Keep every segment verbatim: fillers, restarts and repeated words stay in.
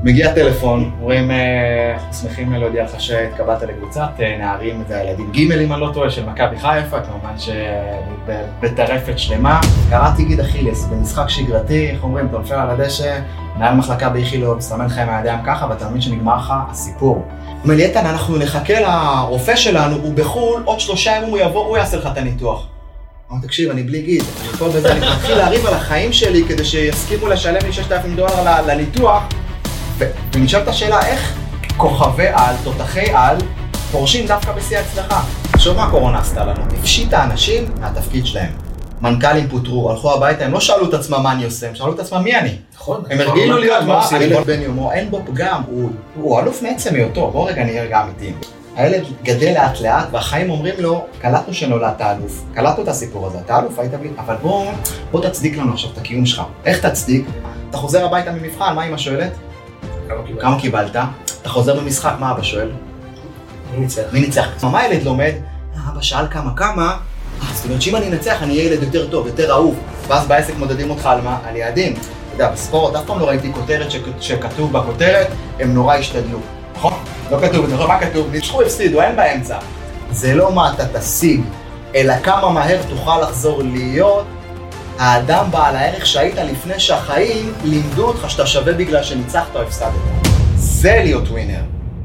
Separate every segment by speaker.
Speaker 1: מגיע טלפון, אומרים, אנחנו שמחים להודיע לך שהתקבלת לקבוצת נערים והילדים ג' אם אני לא טועה, של מכבי חיפה, כמובן שבטרפת שלמה. קראתי גיד אכילס במשחק שגרתי, איך אומרים, אתה נופל על הדשא, מנהל מחלקה באיכילוב, מסמן לך עם הידיים ככה, ואתה מאמין שנגמר לך הסיפור. אומר לי, איתן, אנחנו נחכה לרופא שלנו, הוא בחול, עוד שלושה ימים הוא יבוא, הוא יעשה לך את הניתוח. אמר, תקשיב, אני בלי גיד, אני פה בזה, אני מתחיל להריב על החיים שלי כדי שיסכימו לשלם לי ששת אלפים דולר לניתוח. ונשאלת השאלה, איך כוכבי על, תותחי על, פורשים דווקא בשיא ההצלחה? עכשיו מה הקורונה עשתה לנו? הפשיטה אנשים מהתפקיד שלהם. מנכ"לים פוטרו, הלכו הביתה, הם לא שאלו את עצמם מה אני עושה, הם שאלו את עצמם מי אני.
Speaker 2: נכון.
Speaker 1: הם הרגילו להיות מה, הילד בן יומו, אין בו פגם, הוא אלוף מעצם היותו, בוא רגע נהיה רגע אמיתיים. הילד גדל לאט לאט, והחיים אומרים לו, קלטנו שנולדת האלוף, קלטנו את הסיפור הזה, אתה אלוף, היית בלי, אבל בוא, בוא תצדיק לנו עכשיו את הקיום שלך. איך תצדיק? אתה חוזר הביתה ממבחן, מה אמא שואלת? כמה קיבלת? אתה חוזר במשחק, מה אבא שואל?
Speaker 2: מי ניצח?
Speaker 1: מי ניצח? מה הילד לומד? אבא שאל כמה כמה, זאת אומרת שאם אני אנצח אני אהיה ילד יותר טוב, יותר אהוב. ואז בעסק מודדים אותך על מה? על יעדים. אתה יודע, בספורט אף פעם לא ראיתי כותרת שכתוב בכותרת, הם נורא השתדלו. נכון? לא כתוב, נכון? מה כתוב? ניצחו, הפסידו, אין באמצע. זה לא מה אתה תשיג, אלא כמה מהר תוכל לחזור להיות האדם בעל הערך שהיית לפני שהחיים לימדו אותך שאתה שווה בגלל שניצחת או הפסדת. זה להיות ווינר.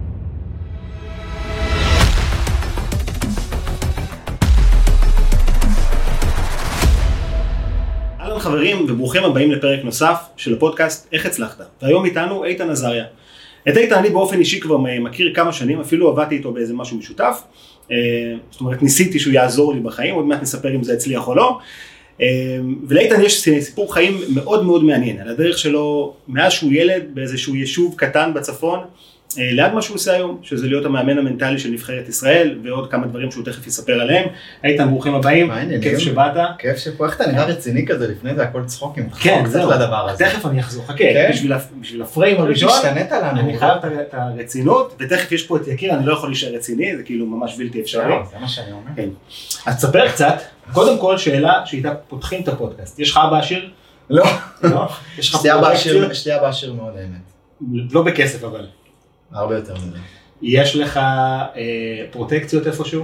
Speaker 2: אהלן חברים וברוכים הבאים לפרק נוסף של הפודקאסט איך הצלחת. והיום איתנו איתן עזריה. את איתן אני באופן אישי כבר מכיר כמה שנים, אפילו עבדתי איתו באיזה משהו משותף. זאת אומרת ניסיתי שהוא יעזור לי בחיים, עוד מעט נספר אם זה הצליח או לא. ולאיתן יש סיפור חיים מאוד מאוד מעניין, על הדרך שלו מאז שהוא ילד באיזשהו יישוב קטן בצפון, ליד מה שהוא עושה היום, שזה להיות המאמן המנטלי של נבחרת ישראל, ועוד כמה דברים שהוא תכף יספר עליהם. איתן, ברוכים הבאים, כיף שבאת.
Speaker 1: כיף שפה, איך אתה נראה רציני כזה, לפני זה הכל צחוקים,
Speaker 2: כן, זהו, תכף אני אחזור, חכה, בשביל הפריים הראשון, אני חייב את הרצינות, ותכף יש פה את יקיר, אני לא יכול להישאר רציני, זה כאילו ממש בלתי אפשרי.
Speaker 1: זה מה שאני אומר.
Speaker 2: אז תספר קצת, קודם כל שאלה שאיתה פותחים את הפודקאסט, יש לך אבא עשיר?
Speaker 1: לא, יש לי אבא עשיר מאוד האמת.
Speaker 2: לא בכסף אבל.
Speaker 1: הרבה יותר מזה.
Speaker 2: יש לך אה, פרוטקציות איפשהו?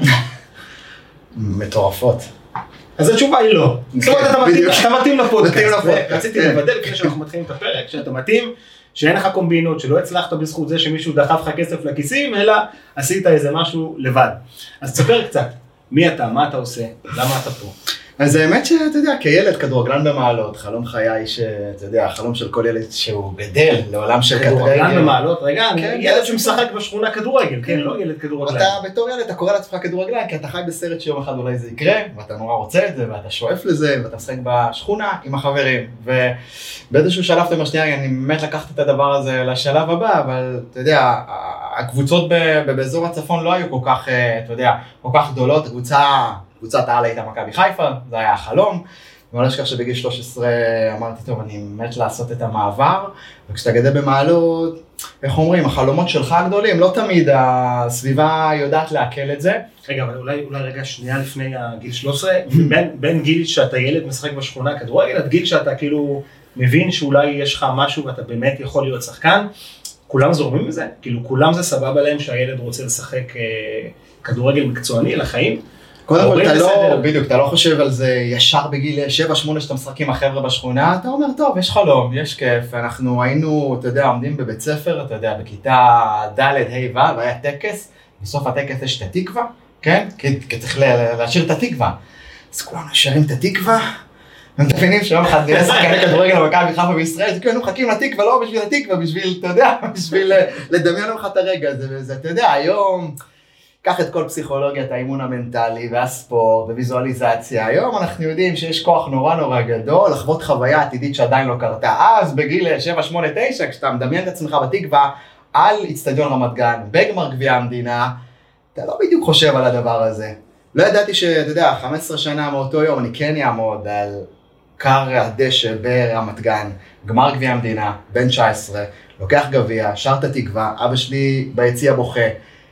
Speaker 1: מטורפות.
Speaker 2: אז התשובה היא לא. זאת אומרת, אתה מתאים לפודקאסט. רציתי
Speaker 1: כן.
Speaker 2: לבדל לפני שאנחנו מתחילים את הפרק, שאתה מתאים, שאין לך קומבינות, שלא הצלחת בזכות זה שמישהו דחף לך כסף לכיסים, אלא עשית איזה משהו לבד. אז תספר קצת, מי אתה, מה אתה עושה, למה אתה פה?
Speaker 1: אז האמת שאתה יודע, כילד כדורגלן במעלות, חלום חיי שאתה יודע, החלום של כל ילד שהוא גדל לעולם של כדורגל.
Speaker 2: כדורגלן במעלות, רגע, ילד שמשחק בשכונה כדורגל, כן, לא ילד כדורגלן.
Speaker 1: אתה בתור ילד, אתה קורא לעצמך כדורגלן, כי אתה חי בסרט שיום אחד אולי זה יקרה, ואתה נורא רוצה את זה, ואתה שואף לזה, ואתה משחק בשכונה עם החברים. ובאיזשהו שלב אתה אומר, שנייה, אני באמת לקחת את הדבר הזה לשלב הבא, אבל אתה יודע, הקבוצות באזור הצפון לא היו כל כך, אתה יודע, כל כך גדולות, הקבוצה קבוצת העל הייתה מכבי חיפה, זה היה החלום, ואני לא אשכח שבגיל שלוש עשרה אמרתי, טוב, אני מת לעשות את המעבר, וכשאתה גדל במעלות, איך אומרים, החלומות שלך הגדולים, לא תמיד הסביבה יודעת לעכל את זה.
Speaker 2: רגע, אבל אולי, אולי רגע שנייה לפני הגיל שלוש עשרה, בין, בין גיל שאתה ילד משחק בשכונה כדורגל, עד גיל שאתה כאילו מבין שאולי יש לך משהו ואתה באמת יכול להיות שחקן, כולם זורמים בזה, כאילו כולם זה סבבה להם שהילד רוצה לשחק אה, כדורגל מקצועני לחיים,
Speaker 1: קודם כל, אתה לא, בדיוק, אתה לא חושב על זה ישר בגיל שבע שמונה שאתה משחק עם החבר'ה בשכונה, אתה אומר, טוב, יש חלום, יש כיף, אנחנו היינו, אתה יודע, עומדים בבית ספר, אתה יודע, בכיתה ד' ה' ו', והיה טקס, בסוף הטקס יש את התקווה, כן? כי צריך להשאיר את התקווה. אז כולנו שרים את התקווה, ומתבינים שיום אחד נראה שחקני כדורגל במכבי חיפה בישראל, כאילו מחכים לתקווה, לא בשביל התקווה, בשביל, אתה יודע, בשביל לדמיין לך את הרגע הזה, וזה, אתה יודע, היום קח את כל פסיכולוגיית האימון המנטלי והספורט וויזואליזציה. היום אנחנו יודעים שיש כוח נורא נורא גדול לחוות חוויה עתידית שעדיין לא קרתה. אז בגיל שבע שמונה תשע, כשאתה מדמיין את עצמך בתקווה על אצטדיון רמת גן, בגמר גביע המדינה, אתה לא בדיוק חושב על הדבר הזה. לא ידעתי שאתה יודע, חמש עשרה שנה מאותו יום אני כן יעמוד על קר הדשא ברמת גן, גמר גביע המדינה, בן תשע עשרה, לוקח גביע, שר את התקווה, אבא שלי ביציע בוכה.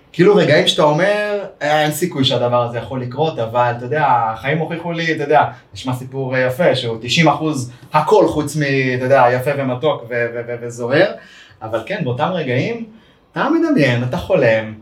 Speaker 1: כאילו רגעים שאתה אומר, אין סיכוי שהדבר הזה יכול לקרות, אבל אתה יודע, החיים הוכיחו לי, אתה יודע, נשמע סיפור יפה, שהוא תשעים אחוז הכל חוץ מ, אתה יודע, יפה ומתוק ו- ו- ו- וזוהר, אבל כן, באותם רגעים, אתה מדמיין, אתה חולם,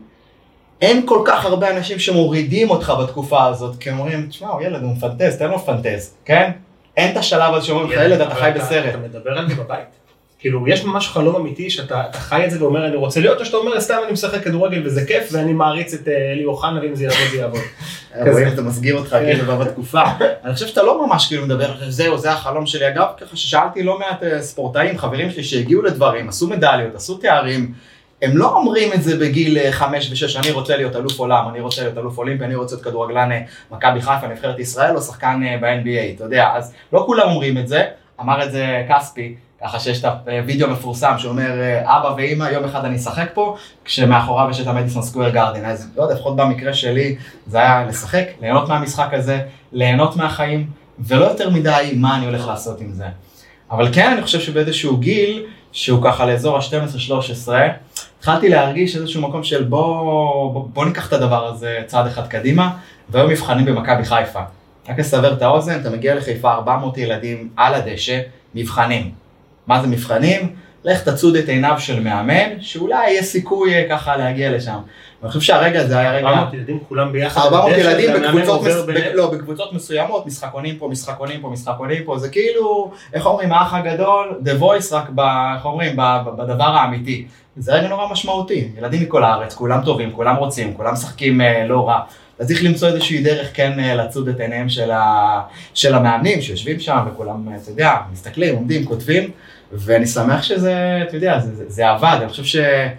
Speaker 1: אין כל כך הרבה אנשים שמורידים אותך בתקופה הזאת, כי אומרים, תשמע, הוא ילד, הוא מפנטז, תן לו פנטז, כן? אין את השלב הזה שאומרים לך, ילד, אתה חי בסרט.
Speaker 2: אתה מדבר על זה בבית. כאילו, יש ממש חלום אמיתי שאתה חי את זה ואומר, אני רוצה להיות, או שאתה אומר, סתם אני משחק כדורגל וזה כיף, ואני מעריץ את אלי אוחנה, ואם זה יעבוד, זה יעבוד.
Speaker 1: רואים, אתה מסגיר אותך כאילו בתקופה. אני חושב שאתה לא ממש כאילו מדבר, זהו, זה החלום שלי. אגב, ככה ששאלתי לא מעט ספורטאים, חברים שלי שהגיעו לדברים, עשו מדליות, עשו תארים, הם לא אומרים את זה בגיל חמש ושש, אני רוצה להיות אלוף עולם, אני רוצה להיות אלוף אולימפי, אני רוצה להיות כדורגלן מכבי חיפה, נבחרת ישראל, או שחקן ב-אן בי איי, אתה יודע, אז לא כולם אומרים את זה, אמר את זה כספי, ככה שיש את הוידאו מפורסם שאומר, אבא ואמא, יום אחד אני אשחק פה, כשמאחוריו יש את המדיסון סקוואר גארדן, אז לא יודע, לפחות במקרה שלי, זה היה לשחק, ליהנות מהמשחק הזה, ליהנות מהחיים, ולא יותר מדי מה אני הולך לעשות עם זה. אבל כן, אני חושב שבאיזשהו גיל, שהוא ככה לאזור ה-שתים עשרה שלוש עשרה, התחלתי להרגיש איזשהו מקום של בוא, בוא, בוא ניקח את הדבר הזה צעד אחד קדימה, והיו מבחנים במכבי חיפה. רק לסבר את האוזן, אתה מגיע לחיפה ארבע מאות ילדים על הדשא, מבחנים. מה זה מבחנים? לך תצוד את עיניו של מאמן, שאולי יהיה סיכוי ככה להגיע לשם. ואני חושב שהרגע זה היה רגע...
Speaker 2: ארבע מאות ילדים כולם ביחד.
Speaker 1: ארבע מאות ילדים בקבוצות, מס... ב... לא, בקבוצות מסוימות, משחקונים פה, משחקונים פה, משחקונים פה, זה כאילו, איך אומרים, האח הגדול, The Voice, רק ב... איך אומרים, בדבר האמיתי. זה רגע נורא משמעותי, ילדים מכל הארץ, כולם טובים, כולם רוצים, כולם משחקים לא רע. אז צריך למצוא איזושהי דרך כן לצוד את עיניהם של, ה... של המאמנים שיושבים שם, וכולם, אתה יודע, מסתכלים, עומדים, כותבים, ואני שמח שזה, אתה יודע, זה, זה, זה עבד. אני חושב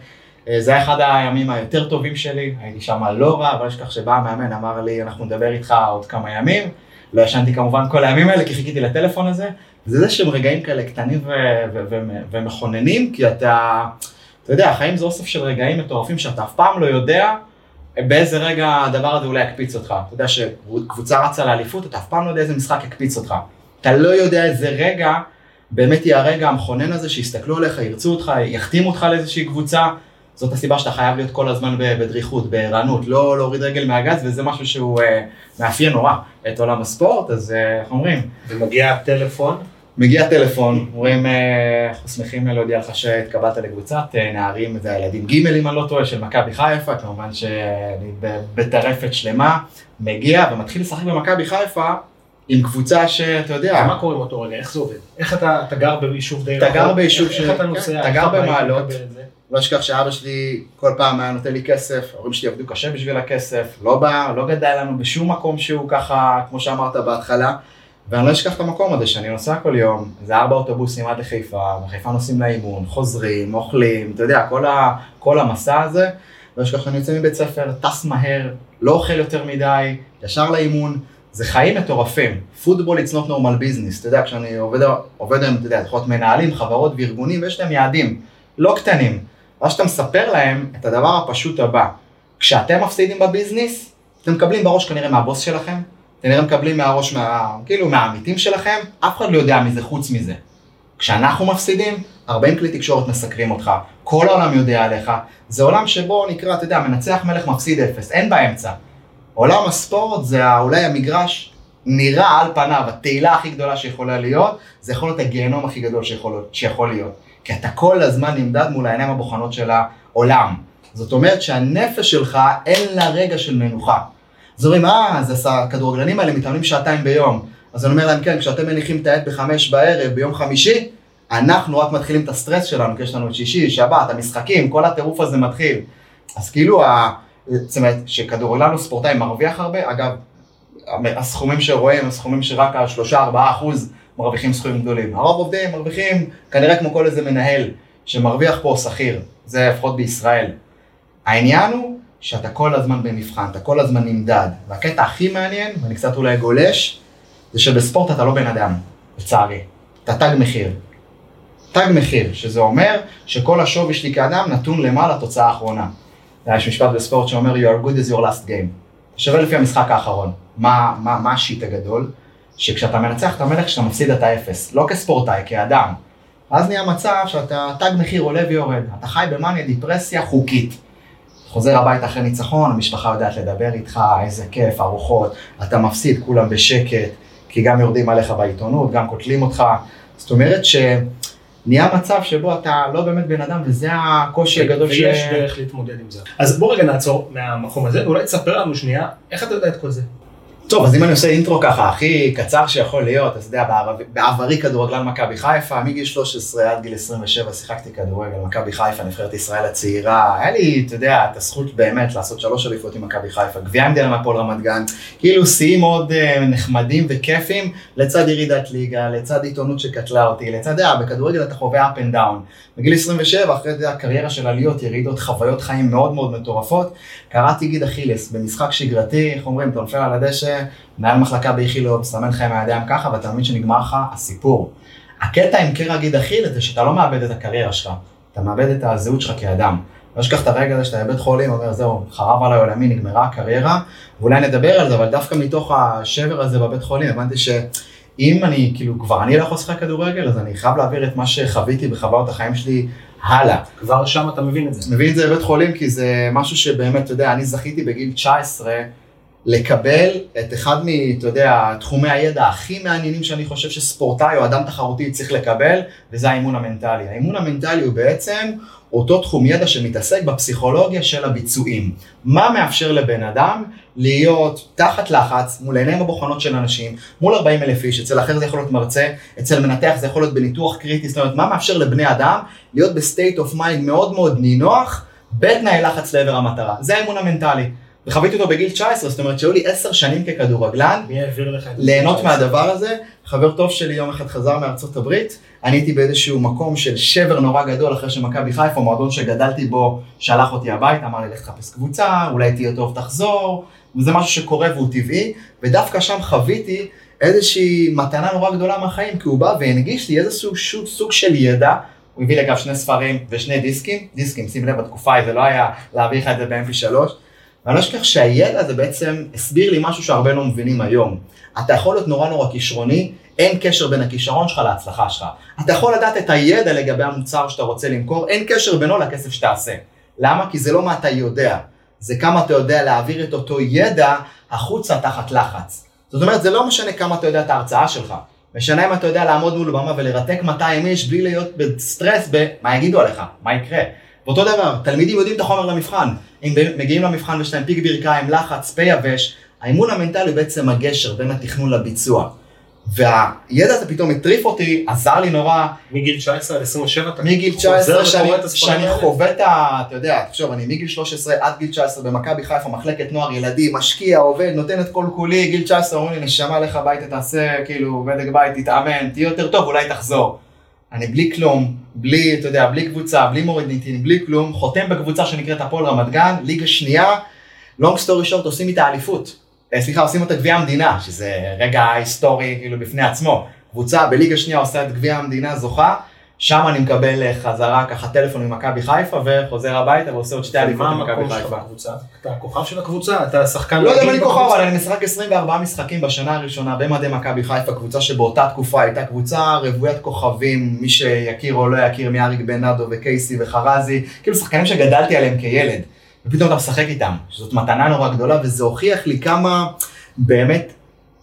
Speaker 1: שזה היה אחד הימים היותר טובים שלי, הייתי שם לא רע, אבל יש כך שבא המאמן, אמר לי, אנחנו נדבר איתך עוד כמה ימים, לא ישנתי כמובן כל הימים האלה, כי חיכיתי לטלפון הזה, וזה זה שהם רגעים כאלה קטנים ו- ו- ו- ומכוננים, כי אתה, אתה יודע, החיים זה אוסף של רגעים מטורפים, שאתה אף פעם לא יודע באיזה רגע הדבר הזה אולי יקפיץ אותך. אתה יודע שקבוצה רצה לאליפות, אתה אף פעם לא יודע איזה משחק יקפיץ אותך. אתה לא יודע איזה רגע, באמת יהיה הרגע המכונן הזה, שיסתכלו עליך, ירצו אותך, יחתימו אותך לאיזושהי קבוצה. זאת הסיבה שאתה חייב להיות כל הזמן בדריכות, בערנות, לא להוריד רגל מהגז, וזה משהו שהוא מאפיין נורא את עולם הספורט, אז איך אומרים?
Speaker 2: ומגיע טלפון?
Speaker 1: מגיע טלפון, אומרים, אנחנו שמחים להודיע לך שהתקבלת לקבוצת נערים והילדים ג' אם אני לא טועה, של מכבי חיפה, כמובן שאני בטרפת שלמה, מגיע ומתחיל לשחק במכבי חיפה, עם קבוצה שאתה יודע...
Speaker 2: מה קורה עם אותו רגע? איך זה עובד? איך אתה, אתה גר ביישוב די רחוק?
Speaker 1: אתה גר ביישוב ש...
Speaker 2: איך אתה נוסע?
Speaker 1: אתה גר במעלות. לא אשכח שאבא שלי כל פעם היה נותן לי כסף, ההורים שלי עבדו קשה בשביל הכסף, לא בא, לא גדל לנו בשום מקום שהוא ככה, כמו שאמרת בהתחלה, ואני לא אשכח את המקום הזה שאני נוסע כל יום, זה ארבע אוטובוסים עד לחיפה, בחיפה נוסעים לאימון, חוזרים, אוכלים, אתה יודע, כל, ה, כל המסע הזה, לא אשכח שאני יוצא מבית ספר, טס מהר, לא אוכל יותר מדי, ישר לאימון, זה חיים מטורפים. פוטבול it's not normal business, אתה יודע, כשאני עובד, עובד היום, אתה יודע, תחרות מנהלים, חברות וארגונים, ויש להם יעדים, לא קטנים. ואז שאתה מספר להם את הדבר הפשוט הבא, כשאתם מפסידים בביזנס, אתם מקבלים בראש כנראה מהבוס שלכם, אתם נראה מקבלים מהראש, מה, כאילו מהעמיתים שלכם, אף אחד לא יודע מזה חוץ מזה. כשאנחנו מפסידים, ארבעים כלי תקשורת מסקרים אותך, כל העולם יודע עליך, זה עולם שבו נקרא, אתה יודע, מנצח מלך מפסיד אפס, אין באמצע. עולם הספורט זה אולי המגרש נראה על פניו, התהילה הכי גדולה שיכולה להיות, זה יכול להיות הגיהנום הכי גדול שיכול, שיכול להיות. כי אתה כל הזמן נמדד מול העיניים הבוחנות של העולם. זאת אומרת שהנפש שלך אין לה רגע של מנוחה. אז אומרים, אה, אז הכדורגלנים האלה מתאמנים שעתיים ביום. אז אני אומר להם, כן, כשאתם מניחים את העט בחמש בערב ביום חמישי, אנחנו רק מתחילים את הסטרס שלנו, כי יש לנו את שישי, שבת, המשחקים, כל הטירוף הזה מתחיל. אז כאילו, זאת אומרת, שכדורגלן וספורטאי מרוויח הרבה, אגב, הסכומים שרואים, הסכומים שרק ה-שלושה עד ארבעה אחוז מרוויחים סכומים גדולים. הרוב עובדים מרוויחים כנראה כמו כל איזה מנהל שמרוויח פה שכיר, זה לפחות בישראל. העניין הוא שאתה כל הזמן במבחן, אתה כל הזמן נמדד, והקטע הכי מעניין, ואני קצת אולי גולש, זה שבספורט אתה לא בן אדם, לצערי, אתה תג מחיר. תג מחיר, שזה אומר שכל השווי שלי כאדם נתון למעלה לתוצאה האחרונה. יש משפט בספורט שאומר, you are good as your last game. שווה לפי המשחק האחרון. מה, מה, מה השיט הגדול? שכשאתה מנצח את המלך, כשאתה מפסיד את האפס, לא כספורטאי, כאדם. אז נהיה מצב שאתה תג מחיר עולה ויורד, אתה חי במאניה דיפרסיה חוקית. חוזר הביתה אחרי ניצחון, המשפחה יודעת לדבר איתך, איזה כיף, ארוחות, אתה מפסיד, כולם בשקט, כי גם יורדים עליך בעיתונות, גם קוטלים אותך. זאת אומרת שנהיה מצב שבו אתה לא באמת בן אדם, וזה הקושי הגדול ש...
Speaker 2: ויש דרך להתמודד עם זה. אז בוא רגע נעצור מהמקום הזה, ואולי תספר לנו שנייה, איך אתה יודע את כל זה?
Speaker 1: טוב, אז אם אני עושה אינטרו ככה, הכי קצר שיכול להיות, אז אתה יודע, בעברי כדורגלן מכבי חיפה, מגיל שלוש עשרה עד גיל עשרים ושבע שיחקתי כדורגל, מכבי חיפה, נבחרת ישראל הצעירה, היה לי, אתה יודע, את הזכות באמת לעשות שלוש אליפויות עם מכבי חיפה, גביע המדינה מהפועל רמת גן, כאילו שיאים מאוד uh, נחמדים וכיפים, לצד ירידת ליגה, לצד עיתונות שקטלה אותי, לצד, אתה יודע, בכדורגל אתה חווה up and down. בגיל עשרים ושבע, אחרי זה הקריירה של עליות, ירידות, חוויות חיים מאוד מאוד מטורפות, קראתי גיד אכילס במשחק שגרתי, איך אומרים, אתה נופל על הדשא, מנהל מחלקה באיכילוב, סמן לך עם הידיים ככה, ואתה מבין שנגמר לך הסיפור. הקטע עם קרע גיד אכילס זה שאתה לא מאבד את הקריירה שלך, אתה מאבד את הזהות שלך כאדם. לא שכח את הרגע הזה שאתה בבית חולים, אומר זהו, חרב עליי עולמי, נגמרה הקריירה, ואולי נדבר על זה, אבל דווקא מתוך השבר הזה בבית חולים, הבנתי שאם אני, כאילו, כבר אני לא יכול לשחק כדורגל, אז אני חייב להעביר את מה שחוויתי בחוויות החיים שלי הלאה.
Speaker 2: כבר שם אתה מבין את זה.
Speaker 1: מבין את זה בבית חולים, כי זה משהו שבאמת, אתה יודע, אני זכיתי בגיל תשע עשרה, לקבל את אחד מ, אתה יודע, תחומי הידע הכי מעניינים שאני חושב שספורטאי או אדם תחרותי צריך לקבל, וזה האימון המנטלי. האימון המנטלי הוא בעצם אותו תחום ידע שמתעסק בפסיכולוגיה של הביצועים. מה מאפשר לבן אדם להיות תחת לחץ מול עיניים הבוחנות של אנשים, מול ארבעים אלף איש, אצל אחר זה יכול להיות מרצה, אצל מנתח זה יכול להיות בניתוח קריטי, זאת אומרת, מה מאפשר לבני אדם להיות בסטייט אוף מיינד מאוד מאוד נינוח, בתנאי לחץ לעבר המטרה. זה האימון המנטלי. וחוויתי אותו בגיל תשע עשרה, זאת אומרת שהיו לי עשר שנים ככדורגלן, ליהנות מהדבר הזה. חבר טוב שלי יום אחד חזר מארצות הברית, אני הייתי באיזשהו מקום של שבר נורא גדול אחרי שמכבי חיפה, מועדון שגדלתי בו, שלח אותי הביתה, אמר לי לך תחפש קבוצה, אולי תהיה טוב תחזור, וזה משהו שקורה והוא טבעי, ודווקא שם חוויתי איזושהי מתנה נורא גדולה מהחיים, כי הוא בא והנגיש לי איזשהו סוג של ידע, הוא הביא לי אגב שני ספרים ושני דיסקים, דיסקים, שים לב בתקופה, זה לא היה להביא לך את זה ב-אם פי שלוש, ואני לא אשכח שהידע הזה בעצם הסביר לי משהו שהרבה לא מבינים היום. אתה יכול להיות נורא נורא כישרוני, אין קשר בין הכישרון שלך להצלחה שלך. אתה יכול לדעת את הידע לגבי המוצר שאתה רוצה למכור, אין קשר בינו לכסף שתעשה. למה? כי זה לא מה אתה יודע, זה כמה אתה יודע להעביר את אותו ידע החוצה תחת לחץ. זאת אומרת, זה לא משנה כמה אתה יודע את ההרצאה שלך, משנה אם אתה יודע לעמוד מול במה ולרתק מאתיים איש בלי להיות בסטרס במה יגידו עליך, מה יקרה. ואותו דבר, תלמידים יודעים את החומר למבחן, אם מגיעים למבחן ויש להם פיק ברכיים, לחץ, פה יבש, האימון המנטלי בעצם הגשר בין התכנון לביצוע. והידע הזה פתאום הטריף אותי, עזר לי נורא.
Speaker 2: מגיל תשע עשרה עד עשרים ושבע,
Speaker 1: מגיל תשע עשרה שאני חווה את ה... אתה יודע, תחשוב, אני מגיל שלוש עשרה עד גיל תשע עשרה במכבי חיפה, מחלקת נוער ילדים, משקיע, עובד, נותן את כל כולי, גיל תשע עשרה, אומרים לי, נשמה לך הביתה, תעשה, כאילו, בדק בית, תתאמן, תהיה יותר טוב, אולי תחזור. אני בלי כלום, בלי, אתה יודע, בלי קבוצה, בלי מורידניטין, בלי כלום, חותם בקבוצה שנקראת הפועל רמת גן, ליגה שנייה, long story short, עושים איתה אליפות. סליחה, עושים אותה גביע המדינה, שזה רגע היסטורי כאילו בפני עצמו. קבוצה בליגה שנייה עושה את גביע המדינה, זוכה, שם אני מקבל חזרה ככה טלפון ממכבי חיפה וחוזר הביתה ועושה עוד שתי אליפות ממכבי חיפה.
Speaker 2: אתה הכוכב של הקבוצה, אתה שחקן...
Speaker 1: לא יודע אם אני כוכב, אבל אני משחק עשרים וארבעה משחקים בשנה הראשונה במדי מכבי חיפה, קבוצה שבאותה תקופה הייתה קבוצה רוויית כוכבים, מי שיכיר או לא יכיר, מאריק בנאדו וקייסי וחרזי, כאילו שחקנים שגדלתי עליהם כילד. ופתאום אתה משחק איתם, שזאת מתנה נורא גדולה, וזה הוכיח לי כמה באמת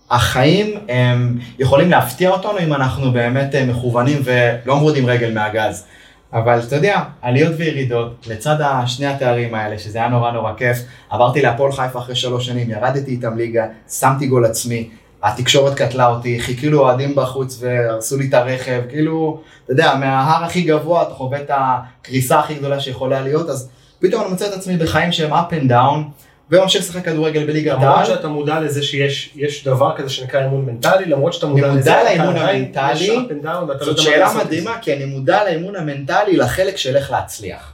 Speaker 1: החיים הם יכולים להפתיע אותנו אם אנחנו באמת מכוונים ולא מורידים רגל מהגז. אבל אתה יודע, עליות וירידות, לצד השני התארים האלה, שזה היה נורא נורא כיף, עברתי להפועל חיפה אחרי שלוש שנים, ירדתי איתם ליגה, שמתי גול עצמי, התקשורת קטלה אותי, חיכילו אוהדים בחוץ והרסו לי את הרכב, כאילו, אתה יודע, מההר הכי גבוה, אתה חווה את הקריסה הכי גדולה שיכולה להיות, אז פתאום אני מוצא את עצמי בחיים שהם up and down, וממשיך לשחק כדורגל בליגת העל.
Speaker 2: למרות שאתה מודע לזה שיש דבר כזה שנקרא אימון מנטלי, למרות שאתה מודע לזה,
Speaker 1: מודע לאימון המנטלי, זאת שאלה מדהימה, כי אני מודע לאימון המנטלי לחלק שלך להצליח.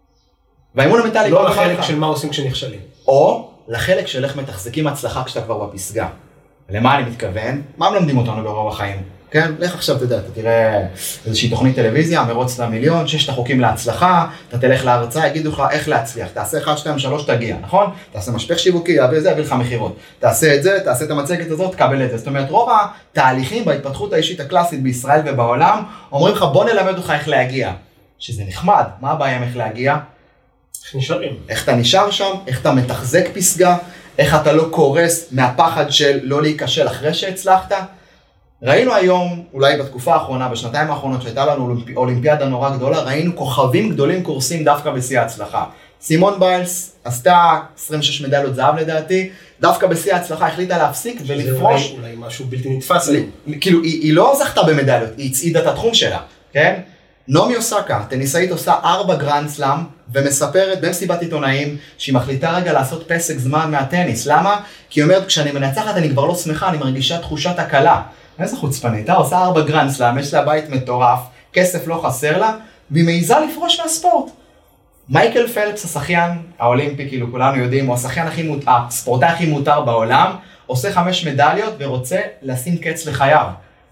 Speaker 1: והאימון המנטלי...
Speaker 2: לא לחלק של מה עושים כשנכשלים.
Speaker 1: או לחלק שלך מתחזקים הצלחה כשאתה כבר בפסגה. למה אני מתכוון? מה מלמדים אותנו ברוב החיים? כן, לך עכשיו, אתה יודע, אתה תראה איזושהי תוכנית טלוויזיה, מרוץ למיליון, ששת החוקים להצלחה, אתה תלך להרצאה, יגידו לך איך להצליח, תעשה אחד, שתיים, שלוש, תגיע, נכון? תעשה משפך שיווקי, יביא זה, יביא לך מחירות. תעשה את זה, תעשה את המצגת הזאת, תקבל את זה. זאת אומרת, רוב התהליכים בהתפתחות האישית הקלאסית בישראל ובעולם, אומרים לך, בוא נלמד אותך איך להגיע. שזה נחמד, מה הבעיה עם איך להגיע?
Speaker 2: נשארים.
Speaker 1: איך אתה נשאר שם, איך אתה מתחזק פסגה, איך אתה לא קורס מהפחד של לא להיכשל אחרי שהצלחת. ראינו היום, אולי בתקופה האחרונה, בשנתיים האחרונות שהייתה לנו אולימפיאדה נורא גדולה, ראינו כוכבים גדולים קורסים דווקא בשיא ההצלחה. סימון ביילס עשתה עשרים ושש מדליות זהב לדעתי, דווקא בשיא ההצלחה החליטה להפסיק ולפרוש.
Speaker 2: זה אולי משהו בלתי נתפס.
Speaker 1: כאילו, היא, היא לא זכתה במדליות, היא הצעידה את התחום שלה, כן? נעמי אוסקה, טניסאית, עושה ארבע גרנד סלאם, ומספרת במסיבת עיתונאים שהיא מחליטה רגע לעשות פסק זמן מהטניס. למה? כי היא אומרת, כשאני מנצחת אני כבר לא שמחה, אני מרגישה תחושת הקלה. איזה חוצפנית, אה? עושה ארבע גרנד סלאם, יש לה בית מטורף, כסף לא חסר לה, והיא מעיזה לפרוש מהספורט. מייקל פלפס, השחיין האולימפי, כאילו כולנו יודעים, הוא השחיין הכי מותר, הספורטאי הכי מותר בעולם, עושה חמש מדליות ורוצה לשים קץ לחייו.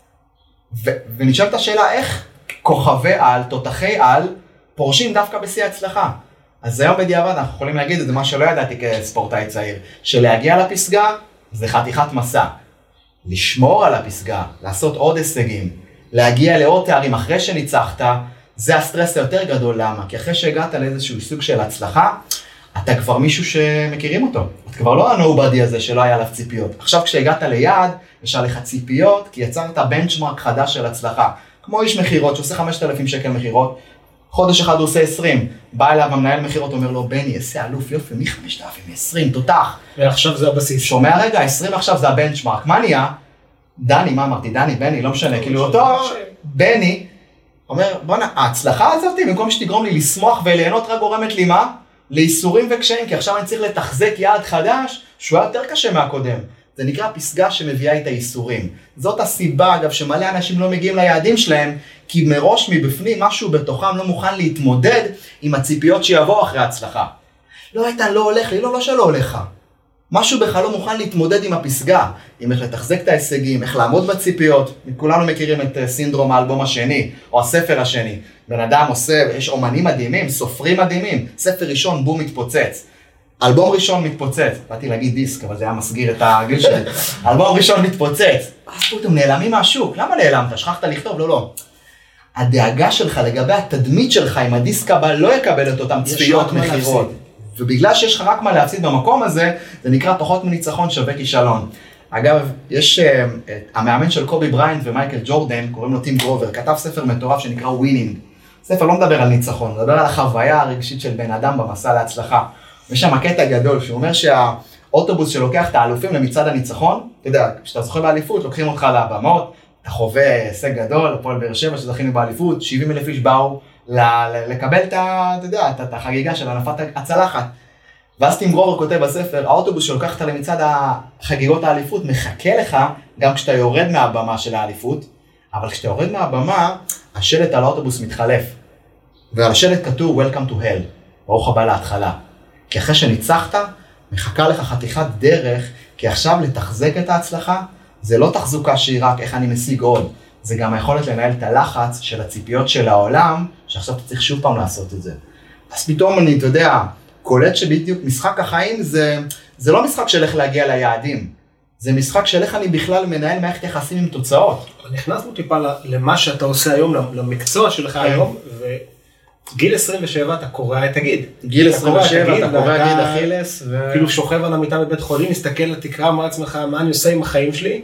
Speaker 1: ו- ונשאלת השאלה, איך כוכבי על, תותחי על, פורשים דווקא בשיא ההצלחה? אז היום בדיעבד אנחנו יכולים להגיד את זה, מה שלא ידעתי כספורטאי צעיר, שלהגיע לפסגה זה חתיכת מסע. לשמור על הפסגה, לעשות עוד הישגים, להגיע לעוד תארים אחרי שניצחת, זה הסטרס היותר גדול. למה? כי אחרי שהגעת לאיזשהו סוג של הצלחה, אתה כבר מישהו שמכירים אותו. אתה כבר לא הנובדי הזה שלא היה עליו ציפיות. עכשיו כשהגעת ליעד, יש עליך ציפיות, כי יצרת בנצ'מרק חדש של הצלחה. כמו איש מחירות שעושה חמשת אלפים שקל מחירות, חודש אחד הוא עושה עשרים, בא אליו המנהל מחירות, אומר לו, בני, עשה אלוף יופי, מ-חמשת אלפים, עשרים, תותח.
Speaker 2: ועכשיו זה הבסיס.
Speaker 1: שומע רגע, עשרים עכשיו זה הבנצ'מרק. מה נהיה? דני, מה אמרתי? דני, בני, לא משנה, כאילו אותו בני, אומר, בוא'נה, ההצלחה הזאת, במקום שתגרום לי לשמוח וליהנות, רק גורמת לי מה? לאיסורים וקשיים, כי עכשיו אני צריך לתחזק יעד חדש, שהוא היה יותר קשה מהקודם. זה נקרא פסגה שמביאה את האיסורים. זאת הסיבה, אגב, שמלא אנשים לא מגיעים ליעדים שלהם, כי מראש מבפנים משהו בתוכם לא מוכן להתמודד עם הציפיות שיבואו אחרי ההצלחה. לא איתן, לא הולך לי, לא, לא שלא הולך. משהו בכלל לא מוכן להתמודד עם הפסגה, עם איך לתחזק את ההישגים, איך לעמוד בציפיות. כולנו מכירים את סינדרום האלבום השני, או הספר השני. בן אדם עושה, יש אומנים מדהימים, סופרים מדהימים, ספר ראשון, בום, מתפוצץ. אלבום ראשון מתפוצץ, באתי להגיד דיסק, אבל זה היה מסגיר את הגיל שלי. אלבום ראשון מתפוצץ, אז פתאום נעלמים מהשוק, למה נעלמת? שכחת לכתוב? לא, לא. הדאגה שלך לגבי התדמית שלך, אם הדיסק הבא לא יקבל את אותם צפיות מחירות. ובגלל שיש לך רק מה להפסיד במקום הזה, זה נקרא פחות מניצחון שווה כישלון. אגב, יש uh, המאמן של קובי בריינט ומייקל ג'ורדן, קוראים לו טים גרובר, כתב ספר מטורף שנקרא ווינינג. ספר לא מדבר על ניצחון, מדבר על החוויה הרגשית של בן אדם במסע להצלחה. יש שם קטע גדול, שהוא אומר שהאוטובוס שלוקח את האלופים למצעד הניצחון, אתה יודע, כשאתה זוכה באליפות, לוקחים אותך לבמות, אתה חווה הישג גדול, הפועל באר שבע שזכינו באליפות, שבעים אלף איש באו לקבל את, אתה יודע, את החגיגה של הנפת הצלחת. ואז טים גרובר כותב בספר, האוטובוס שלוקח אותך למצעד החגיגות האליפות, מחכה לך גם כשאתה יורד מהבמה של האליפות, אבל כשאתה יורד מהבמה, השלט על האוטובוס מתחלף. ועל השלט כתוב, Welcome to hell, ברוך הבא להתחלה. כי אחרי שניצחת, מחכה לך חתיכת דרך, כי עכשיו לתחזק את ההצלחה, זה לא תחזוקה שהיא רק איך אני משיג עוד, זה גם היכולת לנהל את הלחץ של הציפיות של העולם, שעכשיו אתה צריך שוב פעם לעשות את זה. אז פתאום אני, אתה יודע, קולט שבדיוק משחק החיים זה, זה לא משחק של איך להגיע ליעדים, זה משחק של איך אני בכלל מנהל מערכת יחסים עם תוצאות.
Speaker 2: נכנסנו טיפה למה שאתה עושה היום, למקצוע שלך היום, ו... גיל עשרים ושבע אתה קורא את הגיד.
Speaker 1: גיל עשרים ושבע אתה קורא את גיד אכילס.
Speaker 2: כאילו שוכב על המיטה בבית חולים, מסתכל לתקרה, אמר לעצמך מה אני עושה עם החיים שלי,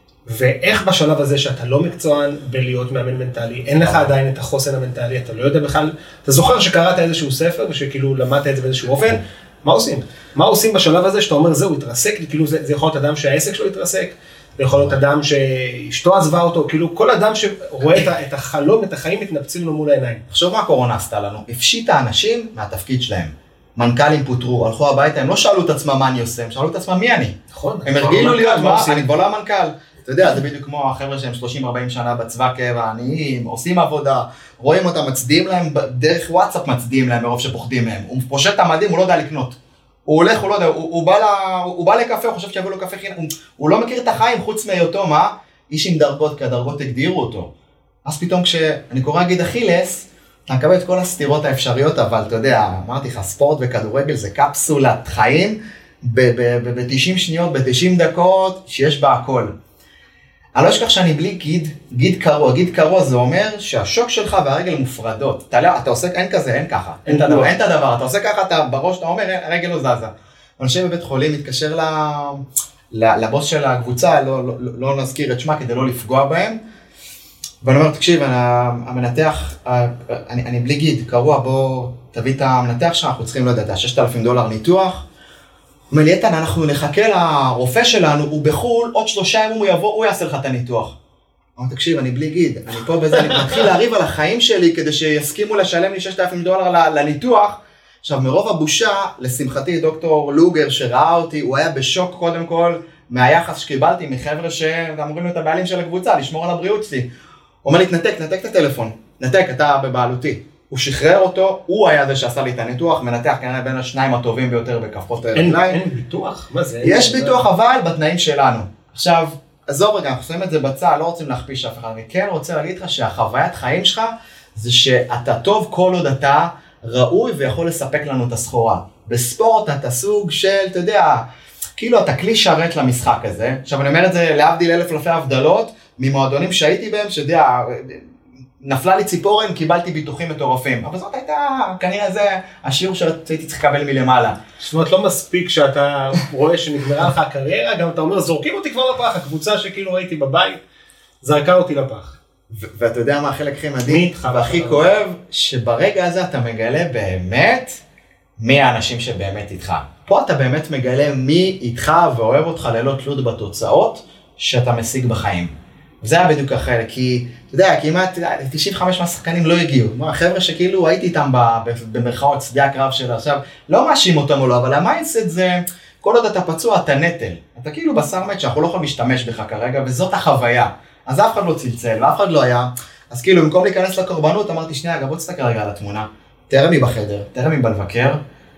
Speaker 2: ואיך בשלב הזה שאתה לא מקצוען בלהיות מאמן מנטלי, אין לך עדיין את החוסן המנטלי, אתה לא יודע בכלל, אתה זוכר שקראת איזשהו ספר ושכאילו למדת את זה באיזשהו אופן, מה עושים? מה עושים בשלב הזה שאתה אומר זהו, התרסק לי, כאילו זה, זה יכול להיות אדם שהעסק שלו התרסק, זה יכול להיות אדם שאשתו עזבה אותו, כאילו כל אדם שרואה את החלום, את החיים, מתנפצים לו מול העיניים.
Speaker 1: עכשיו מה הקורונה עשתה לנו? הפשיטה אנשים מהתפקיד שלהם. מנכ"לים פוטרו, הלכו הביתה, הם לא שאלו את עצמם מה אני עושה, הם שאלו את עצמם מי אני.
Speaker 2: נכון.
Speaker 1: הם הרגילו להיות מה, אני כבר לא המנכ"ל. אתה יודע, זה בדיוק כמו החבר'ה שהם שלושים ארבעים שנה בצבא קבע, עניים, עושים עבודה, רואים אותם, מצדיעים להם, דרך וואטסאפ מצדיעים להם מרוב שפוחדים מהם. הוא פושט את המדים, הוא לא יודע לקנות. הוא הולך, הוא לא יודע, הוא, הוא, בא, לה, הוא בא לקפה, הוא חושב שיבוא לו קפה חינם, הוא, הוא לא מכיר את החיים חוץ מהיותו, מה? איש עם דרגות, כי הדרגות הגדירו אותו. אז פתאום כשאני קורא גיד אכילס, אתה מקבל את כל הסתירות האפשריות, אבל אתה יודע, אמרתי לך, ספורט וכדורגל זה קפסולת חיים, ב-תשעים שניות, ב-תשעים דקות, שיש בה הכל. אני לא אשכח שאני בלי גיד, גיד קרוע, גיד קרוע זה אומר שהשוק שלך והרגל מופרדות, אתה, לא, אתה עושה, אין כזה, אין ככה, אין, אין, את הדבר, אין את הדבר, אתה עושה ככה, אתה בראש, אתה אומר, הרגל לא זזה. אנשי בבית חולים מתקשר לבוס של הקבוצה, לא, לא, לא נזכיר את שמה כדי לא לפגוע בהם, ואני אומר, תקשיב, המנתח, אני, אני בלי גיד קרוע, בוא תביא את המנתח שלך, אנחנו צריכים, לא יודע, ששת אלפים דולר ניתוח, אומר לי, איתן, אנחנו נחכה לרופא שלנו, הוא בחול, עוד שלושה ימים הוא יבוא, הוא יעשה לך את הניתוח. אמר, תקשיב, אני בלי גיד, אני פה בזה, אני מתחיל להריב על החיים שלי, כדי שיסכימו לשלם לי ששת אלפים דולר לניתוח. עכשיו, מרוב הבושה, לשמחתי, דוקטור לוגר שראה אותי, הוא היה בשוק קודם כל, מהיחס שקיבלתי, מחבר'ה שאמורים להיות הבעלים של הקבוצה, לשמור על הבריאות שלי. הוא אומר לי, תנתק, תנתק את הטלפון, נתק, אתה בבעלותי. הוא שחרר אותו, הוא היה זה שעשה לי את הניתוח, מנתח כנראה בין השניים הטובים ביותר בכפות הרגליים.
Speaker 2: אין, אין ביטוח? מה זה?
Speaker 1: יש ביטוח אבל בתנאים שלנו. עכשיו, עזוב רגע, אנחנו שמים את זה בצד, לא רוצים להכפיש אף אחד. אני כן רוצה להגיד לך שהחוויית חיים שלך, זה שאתה טוב כל עוד אתה ראוי ויכול לספק לנו את הסחורה. בספורט אתה סוג של, אתה יודע, כאילו אתה כלי שרת למשחק הזה. עכשיו אני אומר את זה להבדיל אלף אלפי הבדלות, ממועדונים שהייתי בהם, שדע, נפלה לי ציפורן, קיבלתי ביטוחים מטורפים. אבל זאת הייתה, כנראה זה השיעור שהייתי צריך לקבל מלמעלה.
Speaker 2: זאת אומרת, לא מספיק שאתה רואה שנגמרה לך הקריירה, גם אתה אומר, זורקים אותי כבר לפח, הקבוצה שכאילו ראיתי בבית, זרקה אותי לפח.
Speaker 1: ואתה יודע מה החלק הכי מדהים והכי כואב, שברגע הזה אתה מגלה באמת מי האנשים שבאמת איתך. פה אתה באמת מגלה מי איתך ואוהב אותך ללא תלות בתוצאות שאתה משיג בחיים. וזה היה בדיוק החלק, כי אתה יודע, כמעט תשעים וחמישה מהשחקנים לא הגיעו. החבר'ה שכאילו הייתי איתם במרכאות שדה הקרב שלו. עכשיו, לא מאשים אותם או לא, אבל המיינדסט זה, כל עוד אתה פצוע, אתה נטל. אתה כאילו בשר מת שאנחנו לא יכולים להשתמש בך כרגע, וזאת החוויה. אז אף אחד לא צלצל, ואף אחד לא היה. אז כאילו, במקום להיכנס לקורבנות, אמרתי, שנייה, אגב, בוא תסתכל רגע על התמונה. תראה מי בחדר, תראה מי בלבקר.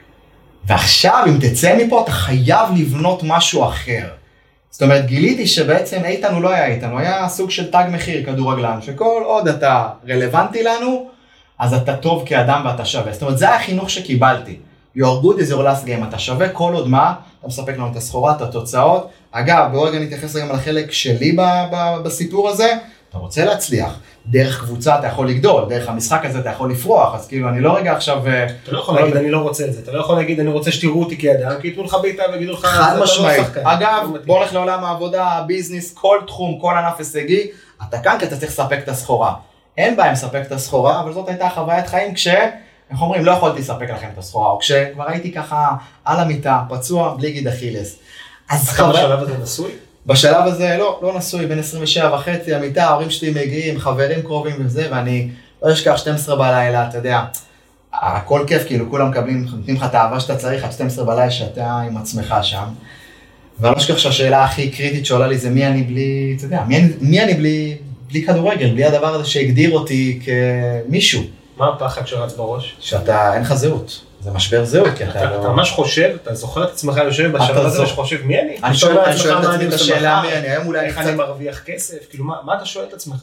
Speaker 1: ועכשיו, אם תצא מפה, אתה חייב לבנות משהו אחר. זאת אומרת, גיליתי שבעצם איתן הוא לא היה איתן, הוא היה סוג של תג מחיר כדורגלן, שכל עוד אתה רלוונטי לנו, אז אתה טוב כאדם ואתה שווה. זאת אומרת, זה החינוך שקיבלתי. You're good is your last game, אתה שווה כל עוד מה, אתה מספק לנו את הסחורה, את התוצאות. אגב, בואו רגע נתייחס גם על החלק שלי ב- ב- בסיפור הזה, אתה רוצה להצליח. דרך קבוצה אתה יכול לגדול, דרך המשחק הזה אתה יכול לפרוח, אז כאילו אני לא רגע עכשיו...
Speaker 2: אתה לא יכול להגיד אני לא רוצה את זה, אתה לא יכול להגיד אני רוצה שתראו אותי כאדם, כי יתנו לך ביתה ויגידו לך...
Speaker 1: חד משמעית. אגב, בוא הולך לעולם העבודה, הביזנס, כל תחום, כל ענף הישגי, אתה כאן כי אתה צריך לספק את הסחורה. אין בעיה לספק את הסחורה, אבל זאת הייתה חוויית חיים כש... איך אומרים, לא יכולתי לספק לכם את הסחורה, או כשכבר הייתי ככה על המיטה, פצוע, בלי גיד אכילס.
Speaker 2: אתה בשלב הזה נשוי?
Speaker 1: בשלב הזה לא, לא נשוי, בין עשרים ושבע וחצי, המיטה, ההורים שלי מגיעים, חברים קרובים וזה, ואני לא אשכח שתים עשרה בלילה, אתה יודע, הכל כיף, כאילו כולם מקבלים, נותנים לך את האהבה שאתה צריך, עד שתים עשרה בלילה שאתה עם עצמך שם. ואני לא אשכח שהשאלה הכי קריטית שעולה לי זה מי אני בלי, אתה יודע, מי, מי אני בלי, בלי כדורגל, בלי הדבר הזה שהגדיר אותי כמישהו.
Speaker 2: מה הפחד שרץ בראש?
Speaker 1: שאתה, אין לך זהות. זה משבר זהות, כי אתה לא...
Speaker 2: אתה ממש חושב, אתה זוכר את עצמך יושב בשלב הזה ושחושב מי אני?
Speaker 1: אני שואל את עצמי את השאלה מי אני, היום אולי
Speaker 2: איך אני מרוויח כסף, כאילו מה אתה שואל את עצמך?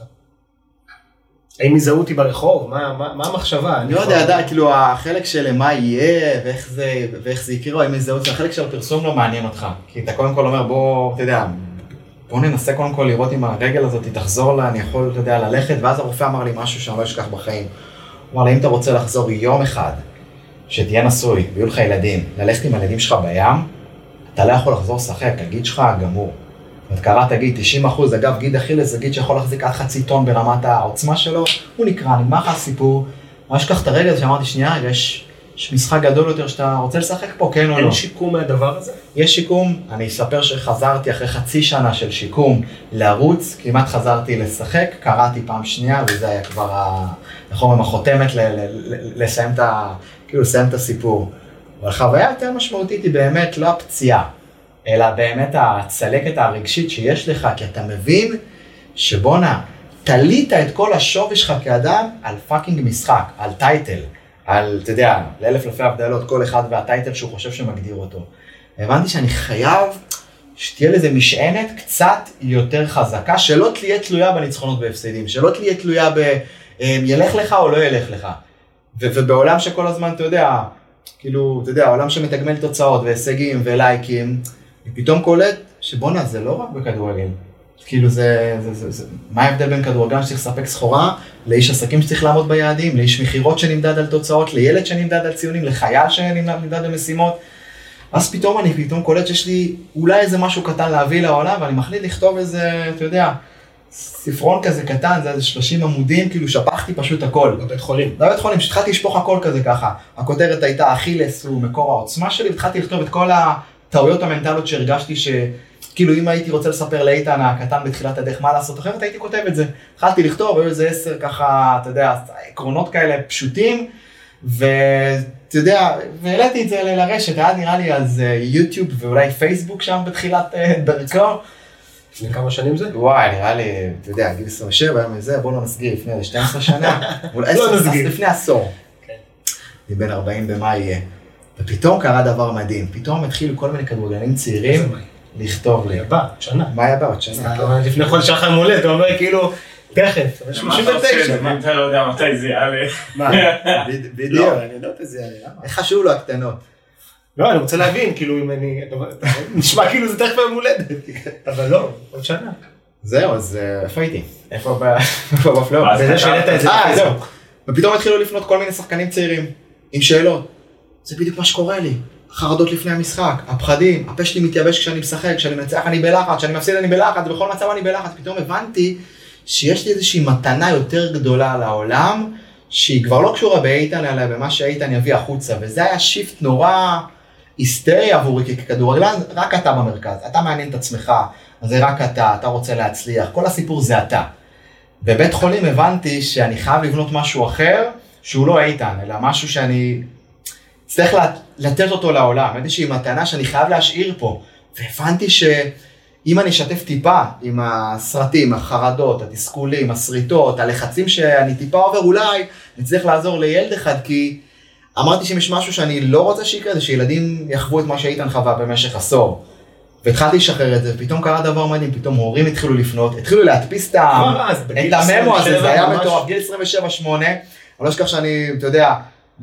Speaker 2: האם יזהו אותי ברחוב? מה המחשבה?
Speaker 1: אני לא יודע, כאילו החלק של מה יהיה ואיך זה יקרה, האם יזהו אותי, החלק של הפרסום לא מעניין אותך. כי אתה קודם כל אומר בוא, אתה יודע, בוא ננסה קודם כל לראות אם הרגל הזאת תחזור לה, אני יכול, אתה יודע, ללכת, ואז הרופא אמר לי משהו שאני לא אשכח בחיים. הוא אמר לי, אם אתה רוצה לחזור יום אחד, שתהיה נשוי, ויהיו לך ילדים, ללכת עם הילדים שלך בים, אתה לא יכול לחזור לשחק, הגיד שלך גמור. זאת קראת גיד תשעים אחוז, אגב, גיד אכילס זה גיד שיכול להחזיק עד חצי טון ברמת העוצמה שלו, הוא נקרא, נגמר לך הסיפור, מה שכח את הרגע שאמרתי, שנייה, יש, יש משחק גדול יותר שאתה רוצה לשחק פה, כן או לא?
Speaker 2: אין שיקום מהדבר הזה?
Speaker 1: יש שיקום, אני אספר שחזרתי אחרי חצי שנה של שיקום לרוץ, כמעט חזרתי לשחק, קראתי פעם שנייה, וזה היה כבר החומם החותמת לסיים את ה... כאילו לסיים את הסיפור. אבל חוויה יותר משמעותית היא באמת לא הפציעה, אלא באמת הצלקת הרגשית שיש לך, כי אתה מבין שבונה, תלית את כל השווי שלך כאדם על פאקינג משחק, על טייטל, על, אתה יודע, לאלף אלפי הבדלות, כל אחד והטייטל שהוא חושב שמגדיר אותו. הבנתי שאני חייב שתהיה לזה משענת קצת יותר חזקה, שלא תהיה תלויה בניצחונות והפסדים, שלא תהיה תלויה ב... ילך לך או לא ילך לך. ובעולם שכל הזמן, אתה יודע, כאילו, אתה יודע, העולם שמתגמל תוצאות והישגים ולייקים, פתאום קולט שבונה, זה לא רק בכדורגל. כאילו זה, זה, זה, זה, מה ההבדל בין כדורגלן שצריך לספק סחורה, לאיש עסקים שצריך לעמוד ביעדים, לאיש מחירות שנמדד על תוצאות, לילד שנמדד על ציונים, לחייל שנמדד במשימות. אז פתאום אני פתאום קולט שיש לי אולי איזה משהו קטן להביא לעולם, ואני מחליט לכתוב איזה, אתה יודע, ספרון כזה קטן, זה איזה שלושים עמודים, כאילו שפכתי פשוט הכל.
Speaker 2: בבית חולים.
Speaker 1: בבית חולים, שהתחלתי לשפוך הכל כזה ככה. הכותרת הייתה אכילס הוא מקור העוצמה שלי, והתחלתי לכתוב את כל הטעויות המנטליות שהרגשתי ש... כאילו אם הייתי רוצה לספר לאיתן הקטן בתחילת הדרך מה לעשות אחרת, הייתי כותב את זה. התחלתי לכתוב, היו איזה עשר ככה, אתה יודע, עקרונות כאלה פשוטים, ואתה יודע, והעליתי את זה לרשת, היה נראה לי אז יוטיוב ואולי פייסבוק שם בתחילת דרכו.
Speaker 2: לפני כמה שנים זה?
Speaker 1: וואי, נראה לי, אתה יודע, גיל עשרים ושבע, היום איזה, בוא לא נסגיר לפני שתים עשרה שנה,
Speaker 2: לא נסגיר.
Speaker 1: לפני עשור. אני בן ארבעים במה יהיה. ופתאום קרה דבר מדהים, פתאום התחילו כל מיני כדורגלנים צעירים לכתוב לי.
Speaker 2: מה הבא? שנה.
Speaker 1: מה היה בא? עוד שנה.
Speaker 2: לפני חודש שלך מולד, אתה אומר כאילו, תכף, שלושים ותשע.
Speaker 3: אם אתה לא יודע מתי זה יעלה.
Speaker 2: מה?
Speaker 1: בדיוק.
Speaker 2: אני יודע מתי זה יעלה, למה?
Speaker 1: איך חשוב לו הקטנות?
Speaker 2: לא, אני רוצה להבין, כאילו אם אני... נשמע כאילו זה תכף במולדת. אבל לא, עוד שנה.
Speaker 1: זהו, אז איפה הייתי? איפה בפלואו?
Speaker 2: בזה שהעלית את זה.
Speaker 1: אה, זהו. ופתאום התחילו לפנות כל מיני שחקנים צעירים, עם שאלות. זה בדיוק מה שקורה לי. חרדות לפני המשחק, הפחדים, הפה שלי מתייבש כשאני משחק, כשאני מנצח אני בלחץ, כשאני מפסיד אני בלחץ, ובכל מצב אני בלחץ. פתאום הבנתי שיש לי איזושהי מתנה יותר גדולה לעולם, שהיא כבר לא קשורה באיתן, אלא במה שאיתן יביא החוצה, וזה היה שיפט נורא היסטרי עבורי ככדורגלן, רק אתה במרכז, אתה מעניין את עצמך, זה רק אתה, אתה רוצה להצליח, כל הסיפור זה אתה. בבית חולים הבנתי שאני חייב לבנות משהו אחר, שהוא לא איתן, אלא משהו שאני צריך לתת אותו לעולם, איזושהי מתנה שאני חייב להשאיר פה, והבנתי שאם אני אשתף טיפה עם הסרטים, החרדות, התסכולים, הסריטות, הלחצים שאני טיפה עובר, אולי נצטרך לעזור לילד אחד, כי אמרתי שאם יש משהו שאני לא רוצה שיקרה, זה שילדים יחוו את מה שאיתן חווה במשך עשור. והתחלתי לשחרר את זה, ופתאום קרה דבר מדהים, פתאום הורים התחילו לפנות, התחילו להדפיס את הממו הזה, זה היה מטורף, גיל עשרים ושבע שמונה, אני לא אשכח שאני, אתה יודע,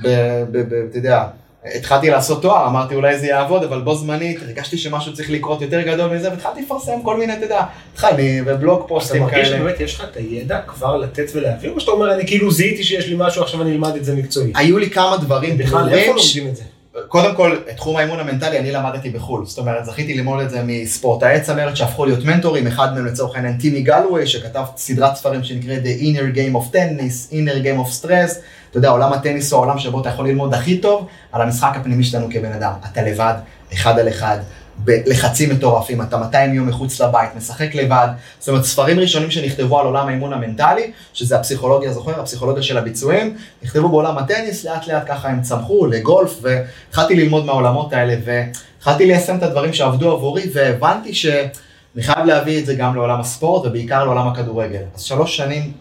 Speaker 1: אתה יודע, התחלתי לעשות תואר, אמרתי אולי זה יעבוד, אבל בו זמנית, הרגשתי שמשהו צריך לקרות יותר גדול מזה, והתחלתי לפרסם כל מיני, אתה יודע, התחלתי בבלוג פוסטים כאלה.
Speaker 2: אתה מרגיש שבאמת יש לך את הידע כבר לתת ולהעביר, או שאתה אומר, אני כאילו זיהיתי שיש לי משהו, עכשיו אני אלמד את זה מקצועי?
Speaker 1: היו לי כמה דברים
Speaker 2: בכלל, איפה לומדים את זה?
Speaker 1: קודם כל, את תחום האימון המנטלי אני למדתי בחול, זאת אומרת, זכיתי ללמוד את זה מספורטאי צמרת שהפכו להיות מנטורים, אחד מהם לצורך העניין טימי גלווי, שכתב סדרת ספרים שנקראת The Inner Game of Tennis, Inner Game of Stress, אתה יודע, עולם הטניס הוא העולם שבו אתה יכול ללמוד הכי טוב על המשחק הפנימי שלנו כבן אדם, אתה לבד, אחד על אחד, בלחצים מטורפים, אתה מאתיים יום מחוץ לבית, משחק לבד, זאת אומרת, ספרים ראשונים שנכתבו על עולם האימון המנטלי, שזה הפסיכולוגיה, זוכר, הפסיכולוגיה של הביצועים, נכתבו בעולם הטניס, לאט לאט ככה הם צמחו לגולף, והתחלתי ללמוד מהעולמות האלה, והתחלתי ליישם את הדברים שעבדו עבורי, והבנתי שאני חייב להביא את זה גם לעולם הספורט, ובעיקר לעולם הכדורגל. אז שלוש שנים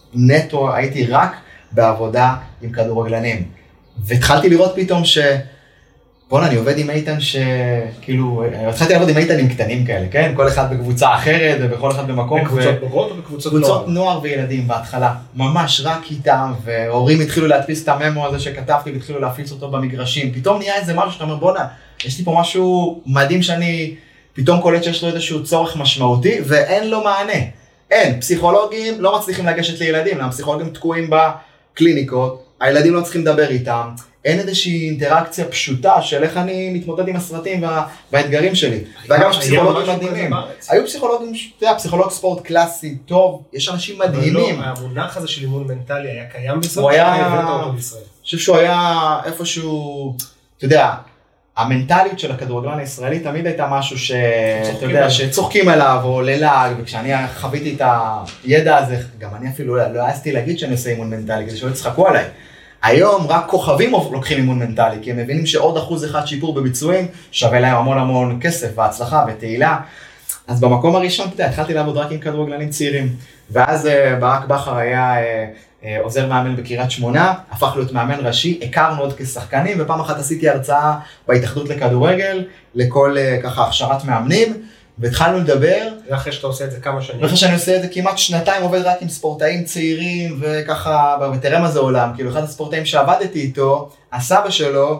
Speaker 1: נטו הייתי רק בעבודה עם כדורגלנים, והתחלתי לראות פתאום ש... בוא'נה, אני עובד עם איתן שכאילו, התחלתי לעבוד עם איתנים קטנים כאלה, כן? כל אחד בקבוצה אחרת ובכל אחד במקום.
Speaker 2: בקבוצות בוגרות או בקבוצות נוער?
Speaker 1: קבוצות נוער וילדים בהתחלה, ממש רק איתם, והורים התחילו להדפיס את הממו הזה שכתבתי והתחילו להפיץ אותו במגרשים. פתאום נהיה איזה משהו שאתה אומר, בוא'נה, יש לי פה משהו מדהים שאני פתאום קולט שיש לו איזשהו צורך משמעותי, ואין לו מענה. אין, פסיכולוגים לא מצליחים לגשת לילדים, למה פסיכולוגים תקועים בקליניקות, הילדים לא צריכים לדבר איתם. אין איזושהי אינטראקציה פשוטה של איך אני מתמודד עם הסרטים והאתגרים שלי. ואגב, פסיכולוגים מדהימים. היו פסיכולוגים, אתה יודע, פסיכולוג ספורט קלאסי, טוב, יש אנשים מדהימים.
Speaker 2: אבל לא, המונח הזה של אימון מנטלי היה קיים בישראל?
Speaker 1: הוא היה, אני חושב שהוא היה איפשהו, אתה יודע, המנטליות של הכדורגלן הישראלי תמיד הייתה משהו שאתה יודע, שצוחקים עליו או ללעג, וכשאני חוויתי את הידע הזה, גם אני אפילו לא העזתי להגיד שאני עושה אימון מנטלי, כדי שלא יצחקו עליי. היום רק כוכבים לוקחים אימון מנטלי, כי הם מבינים שעוד אחוז אחד שיפור בביצועים שווה להם המון המון כסף והצלחה ותהילה. אז במקום הראשון, אתה יודע, התחלתי לעבוד רק עם כדורגלנים צעירים, ואז ברק בכר היה עוזר מאמן בקריית שמונה, הפך להיות מאמן ראשי, הכרנו עוד כשחקנים, ופעם אחת עשיתי הרצאה בהתאחדות לכדורגל, לכל ככה הכשרת מאמנים, והתחלנו לדבר.
Speaker 2: ואחרי שאתה עושה את זה כמה שנים?
Speaker 1: ואחרי שאני עושה את זה כמעט שנתיים, עובד רק עם ספורטאים צעירים, וככה, ותראה מה זה עולם, כאילו אחד הספורטאים שעבדתי איתו, הסבא שלו,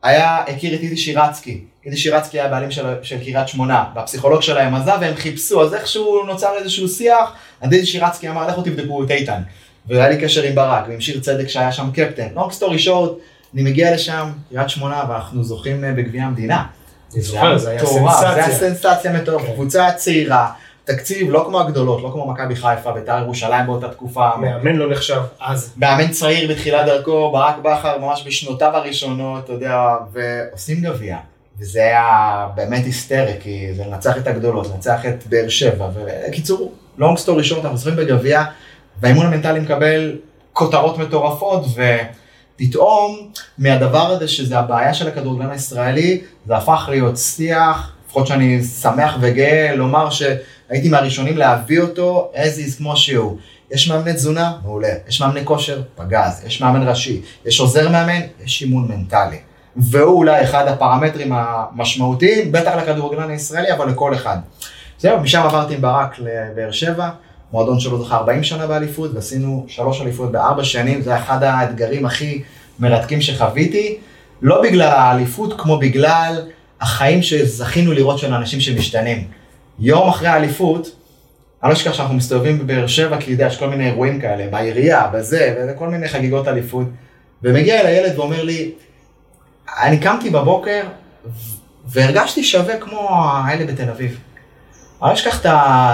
Speaker 1: היה, הכיר את אידי שירצקי. אידי שירצקי היה בעלים של, של קריית שמונה, והפסיכולוג שלהם עזב והם חיפשו, אז איכשהו נוצר איזשהו שיח, אז אידי שירצקי אמר, לכו תבדקו את איתן. והיה לי קשר עם ברק, ועם שיר צדק שהיה שם קפטן. long story short, אני מגיע לשם, קריית שמונה, ואנחנו זוכים בגביע המדינה.
Speaker 2: זה היה סנסציה.
Speaker 1: זה היה סנסציה מטורפת, קבוצה צעירה, תקציב לא כמו הגדולות, לא כמו מכבי חיפה, בית"ר ירושלים באותה תקופה.
Speaker 2: מאמן לא נחשב אז.
Speaker 1: מאמן צעיר בתחילת דרכו, ברק בכר, ממש בשנותיו הראשונות, אתה יודע, ועושים גביע. וזה היה באמת היסטרי, כי זה לנצח את הגדולות, לנצח את באר שבע, וקיצור, long story short, אנחנו זוכים בגביע, והאימון המנטלי מקבל כותרות מטורפות, ופתאום מהדבר הזה שזה הבעיה של הכדורגלן הישראלי, זה הפך להיות שיח, לפחות שאני שמח וגאה לומר שהייתי מהראשונים להביא אותו as is כמו שהוא. יש מאמני תזונה? מעולה. יש מאמני כושר? פגז. יש מאמן ראשי. יש עוזר מאמן? יש אימון מנטלי. והוא אולי אחד הפרמטרים המשמעותיים, בטח לכדורגלן הישראלי, אבל לכל אחד. זהו, משם עברתי עם ברק לבאר שבע, מועדון שלו זכה ארבעים שנה באליפות, ועשינו שלוש אליפות בארבע שנים, זה אחד האתגרים הכי מרתקים שחוויתי, לא בגלל האליפות, כמו בגלל החיים שזכינו לראות של אנשים שמשתנים. יום אחרי האליפות, אני לא אשכח שאנחנו מסתובבים בבאר שבע, כי יודע, יש כל מיני אירועים כאלה, בעירייה, בזה, וכל מיני חגיגות אליפות, ומגיע אל הילד ואומר לי, אני קמתי בבוקר, והרגשתי שווה כמו האלה בתל אביב. אני לא אשכח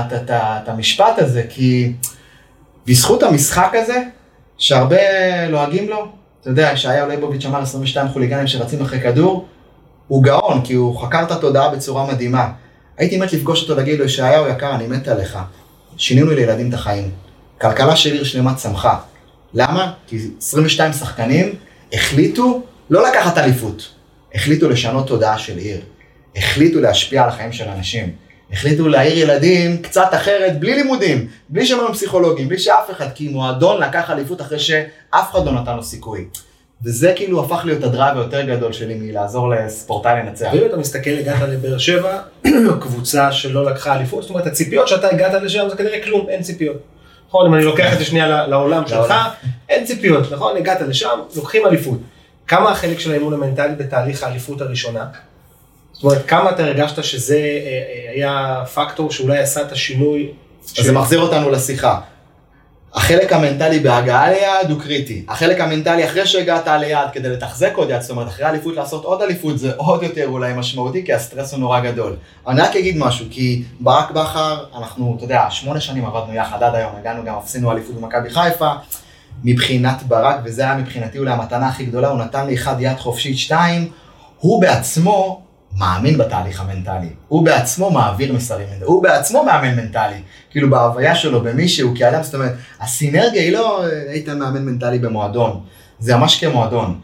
Speaker 1: את המשפט הזה, כי בזכות המשחק הזה, שהרבה לועגים לו, אתה יודע, שהיה ליבוביץ' אמר עשרים ושתיים חוליגנים שרצים אחרי כדור, הוא גאון, כי הוא חקר את התודעה בצורה מדהימה. הייתי מת לפגוש אותו, להגיד לו, ישעיהו יקר, אני מת עליך. שינינו לילדים את החיים. כלכלה של עיר שלמה צמחה. למה? כי עשרים ושתיים שחקנים החליטו לא לקחת אליפות. החליטו לשנות תודעה של עיר. החליטו להשפיע על החיים של אנשים. החליטו להעיר ילדים קצת אחרת, בלי לימודים, בלי שמיים פסיכולוגיים, בלי שאף אחד, כי מועדון לקח אליפות אחרי שאף אחד לא נתן לו סיכוי. וזה כאילו הפך להיות הדרייב היותר גדול שלי מלעזור לספורטאי לנצח.
Speaker 2: ואם אתה מסתכל, הגעת לבאר שבע, קבוצה שלא לקחה אליפות, זאת אומרת, הציפיות שאתה הגעת לשם זה כנראה כלום, אין ציפיות. נכון, אם אני לוקח את זה שנייה לעולם שלך, אין ציפיות, נכון? הגעת לשם, לוקחים אליפות. כמה החלק של האימון המנטלי בתהליך האליפות הראשונה? זאת אומרת, כמה אתה הרגשת שזה היה פקטור שאולי עשה את השינוי?
Speaker 1: אז זה מחזיר אותנו לשיחה. החלק המנטלי בהגעה ליעד הוא קריטי. החלק המנטלי אחרי שהגעת ליעד כדי לתחזק עוד יעד, זאת אומרת, אחרי אליפות לעשות עוד אליפות זה עוד יותר אולי משמעותי, כי הסטרס הוא נורא גדול. אני רק אגיד משהו, כי ברק בכר, אנחנו, אתה יודע, שמונה שנים עבדנו יחד עד היום, הגענו גם, עשינו אליפות במכבי חיפה, מבחינת ברק, וזה היה מבחינתי אולי המתנה הכי גדולה, הוא נתן לי אחד יד חופשית שתיים, הוא בעצמו מאמין בתהליך המנטלי, הוא בעצמו מעביר מסרים, הוא בעצמו מאמן מנטלי, כאילו בהוויה שלו, במישהו, כאדם, זאת אומרת, הסינרגיה היא לא, היית מאמן מנטלי במועדון, זה ממש כמועדון,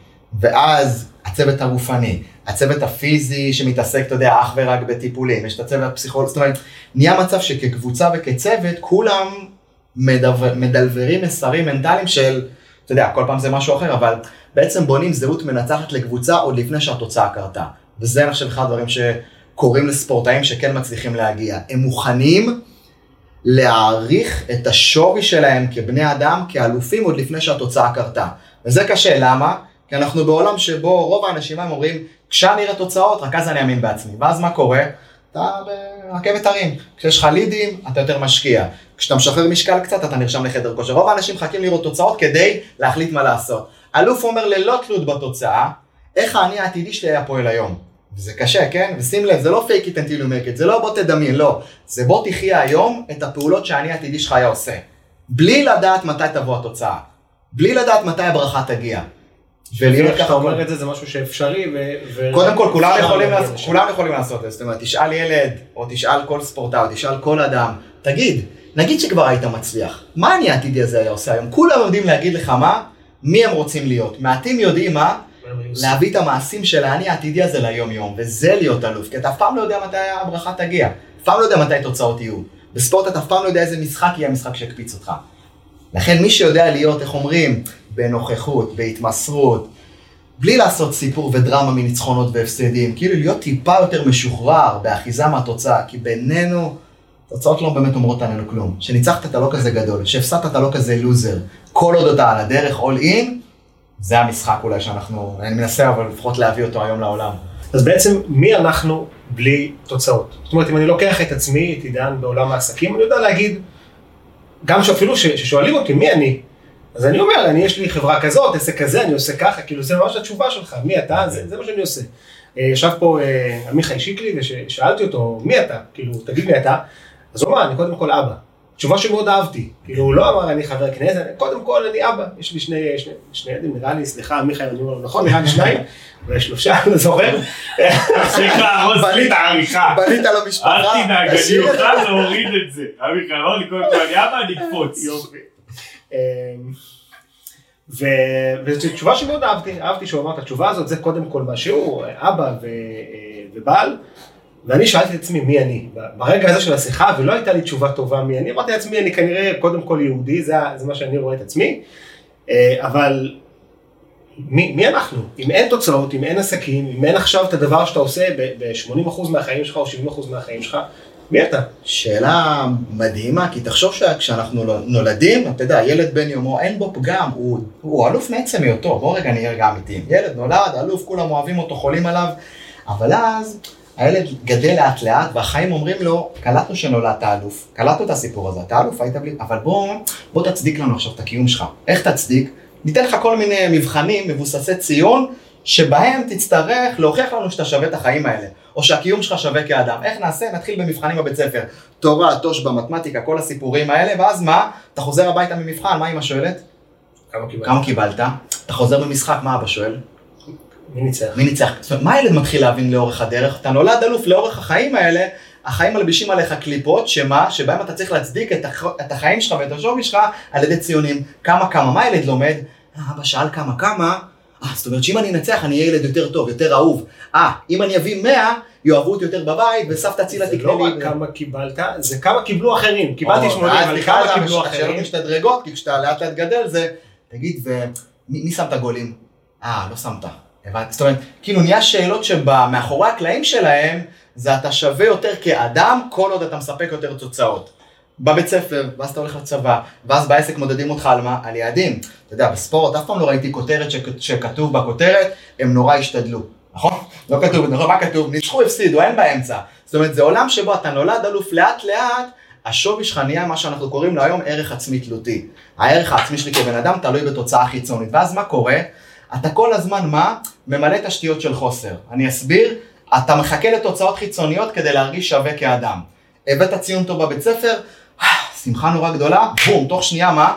Speaker 1: ואז הצוות הגופני, הצוות הפיזי שמתעסק, אתה יודע, אך ורק בטיפולים, יש את הצוות הפסיכולוגי, זאת אומרת, נהיה מצב שכקבוצה וכצוות, כולם מדבר, מדלברים מסרים מנטליים של, אתה יודע, כל פעם זה משהו אחר, אבל בעצם בונים זהות מנצחת לקבוצה עוד לפני שהתוצאה קרתה. וזה נחשב אחד הדברים שקוראים לספורטאים שכן מצליחים להגיע. הם מוכנים להעריך את השווי שלהם כבני אדם, כאלופים עוד לפני שהתוצאה קרתה. וזה קשה, למה? כי אנחנו בעולם שבו רוב האנשים הם אומרים, כשאני אראה תוצאות, רק אז אני אאמין בעצמי. ואז מה קורה? אתה ברכבת הרים. כשיש לך לידים, אתה יותר משקיע. כשאתה משחרר משקל קצת, אתה נרשם לחדר כושר. רוב האנשים מחכים לראות תוצאות כדי להחליט מה לעשות. אלוף אומר ללא תלות בתוצאה, איך אני העתידי שלי היה פועל היום? וזה קשה, כן? ושים לב, זה לא fake it until you make it, זה לא בוא תדמיין, לא. זה בוא תחיה היום את הפעולות שאני העתידי שלך היה עושה. בלי לדעת מתי תבוא התוצאה. בלי לדעת מתי הברכה תגיע.
Speaker 2: ולראות ככה אומר את זה, זה משהו שאפשרי ו...
Speaker 1: קודם כל, כולם יכולים לעשות, כולם יכולים לעשות את זה. זאת אומרת, תשאל ילד, או תשאל כל ספורטאי, או תשאל כל אדם, תגיד, נגיד שכבר היית מצליח, מה אני העתידי הזה היה עושה היום? כולם יודעים להגיד לך מה, מי הם רוצים להיות. מעטים יודעים מה, להביא את המעשים של האני העתידי הזה ליום יום, וזה להיות אלוף, כי אתה אף פעם לא יודע מתי הברכה תגיע, אף פעם לא יודע מתי תוצאות יהיו. בספורט אתה אף פעם לא יודע איזה משחק יהיה המשחק שהקפיץ אותך. לכן מי שיודע להיות, איך אומרים, בנוכחות, בהתמסרות, בלי לעשות סיפור ודרמה מניצחונות והפסדים, כאילו להיות טיפה יותר משוחרר באחיזה מהתוצאה, כי בינינו, תוצאות לא באמת אומרות עלינו כלום. שניצחת אתה לא כזה גדול, שהפסדת אתה לא כזה לוזר, כל עוד אתה על הדרך all in, זה המשחק אולי שאנחנו, אני מנסה אבל לפחות להביא אותו היום לעולם.
Speaker 2: אז בעצם מי אנחנו בלי תוצאות? זאת אומרת, אם אני לוקח את עצמי, את עידן בעולם העסקים, אני יודע להגיד, גם שאפילו ששואלים אותי מי אני, אז אני אומר, אני יש לי חברה כזאת, עסק כזה, אני עושה ככה, כאילו זה ממש התשובה שלך, מי אתה, זה, זה מה שאני עושה. ישב פה עמיחי שיקלי ושאלתי אותו, מי אתה? כאילו, תגיד מי אתה? אז הוא אמר, אני קודם כל אבא. תשובה שמאוד אהבתי, כאילו הוא לא אמר אני חבר כנסת, קודם כל אני אבא, יש לי שני, שני, שני ילדים, נראה לי, סליחה, מיכאל, אני אומר, נכון, נראה לי שניים, ושלושה, אני זוכר.
Speaker 3: סליחה, רוס לי את העריכה.
Speaker 1: בנית לו משפחה.
Speaker 3: אל תדאג, אני אוכל להוריד את זה. מיכאל, אמר לי, קודם כל אני אבא, אני אקפוץ.
Speaker 2: וזו תשובה שמאוד אהבתי, אהבתי שהוא אמר את התשובה הזאת, זה קודם כל מה שהוא, אבא ובעל, ואני שאלתי את עצמי מי אני, ברגע הזה של השיחה, ולא הייתה לי תשובה טובה מי אני, אמרתי לעצמי, אני כנראה קודם כל יהודי, זה, זה מה שאני רואה את עצמי, אבל מי, מי אנחנו? אם אין תוצאות, אם אין עסקים, אם אין עכשיו את הדבר שאתה עושה ב-שמונים אחוז מהחיים שלך או שבעים אחוז מהחיים שלך, מי אתה?
Speaker 1: שאלה מדהימה, כי תחשוב שכשאנחנו נולדים, אתה יודע, ילד בן יומו, אין בו פגם, הוא, הוא אלוף מעצם היותו, בוא רגע נהיה רגע אמיתיים, ילד נולד, אלוף, כולם אוהבים אותו, חולים עליו, אבל אז הילד גדל לאט לאט, והחיים אומרים לו, קלטנו שנולדת אלוף, קלטנו את הסיפור הזה, אתה אלוף, היית בלי, אבל בוא, בוא תצדיק לנו עכשיו את הקיום שלך. איך תצדיק? ניתן לך כל מיני מבחנים, מבוססי ציון, שבהם תצטרך להוכיח לנו שאתה שווה את החיים האלה, או שהקיום שלך שווה כאדם. איך נעשה? נתחיל במבחנים בבית ספר. תורה, תושבע, מתמטיקה, כל הסיפורים האלה, ואז מה? אתה חוזר הביתה ממבחן, מה אמא שואלת?
Speaker 2: כמה קיבלת?
Speaker 1: כמה קיבלת? אתה חוזר במשחק, מה אבא שואל?
Speaker 2: מי ניצח?
Speaker 1: מי ניצח? זאת אומרת, מה הילד מתחיל להבין לאורך הדרך? אתה נולד אלוף לאורך החיים האלה, החיים מלבישים עליך קליפות, שמה? שבהם אתה צריך להצדיק את, הח... את החיים שלך ואת השווי שלך על ידי ציונים. כמה כמה? מה הילד לומד? אבא שאל כמה כמה? אה, זאת אומרת שאם אני אנצח אני אהיה ילד יותר טוב, יותר אהוב. אה, אם אני אביא מאה, יאהבו אותי יותר בבית, וסבתא צילה תקנה לי.
Speaker 2: זה לא רק כמה קיבלת, זה כמה קיבלו אחרים. קיבלתי שמונים, אבל כמה קיבלו אחרים.
Speaker 1: השאלות משתדרגות, כי כשאתה לאט לאט גדל זה, תגיד, ומי שם את הגולים? אה, לא שמת. זאת אומרת, כאילו נהיה שאלות שמאחורי הקלעים שלהם, זה אתה שווה יותר כאדם, כל עוד אתה מספק יותר תוצאות. בבית ספר, ואז אתה הולך לצבא, ואז בעסק מודדים אותך על מה? על יעדים. אתה יודע, בספורט, אף פעם לא ראיתי כותרת שכתוב בכותרת, הם נורא השתדלו. נכון? לא כתוב, נכון? מה כתוב? ניצחו, הפסידו, אין באמצע. זאת אומרת, זה עולם שבו אתה נולד אלוף לאט לאט, השווי שלך נהיה מה שאנחנו קוראים לו היום ערך עצמי תלותי. הערך העצמי שלי כבן אדם תלוי בתוצאה חיצונית. ואז מה קורה? אתה כל הזמן מה? ממלא תשתיות של חוסר. אני אסביר, אתה מחכה לתוצאות חיצוניות כדי להרגיש שווה כאדם. הבאת ציון טוב בבית ספר, שמחה נורא גדולה, בום, תוך שנייה מה?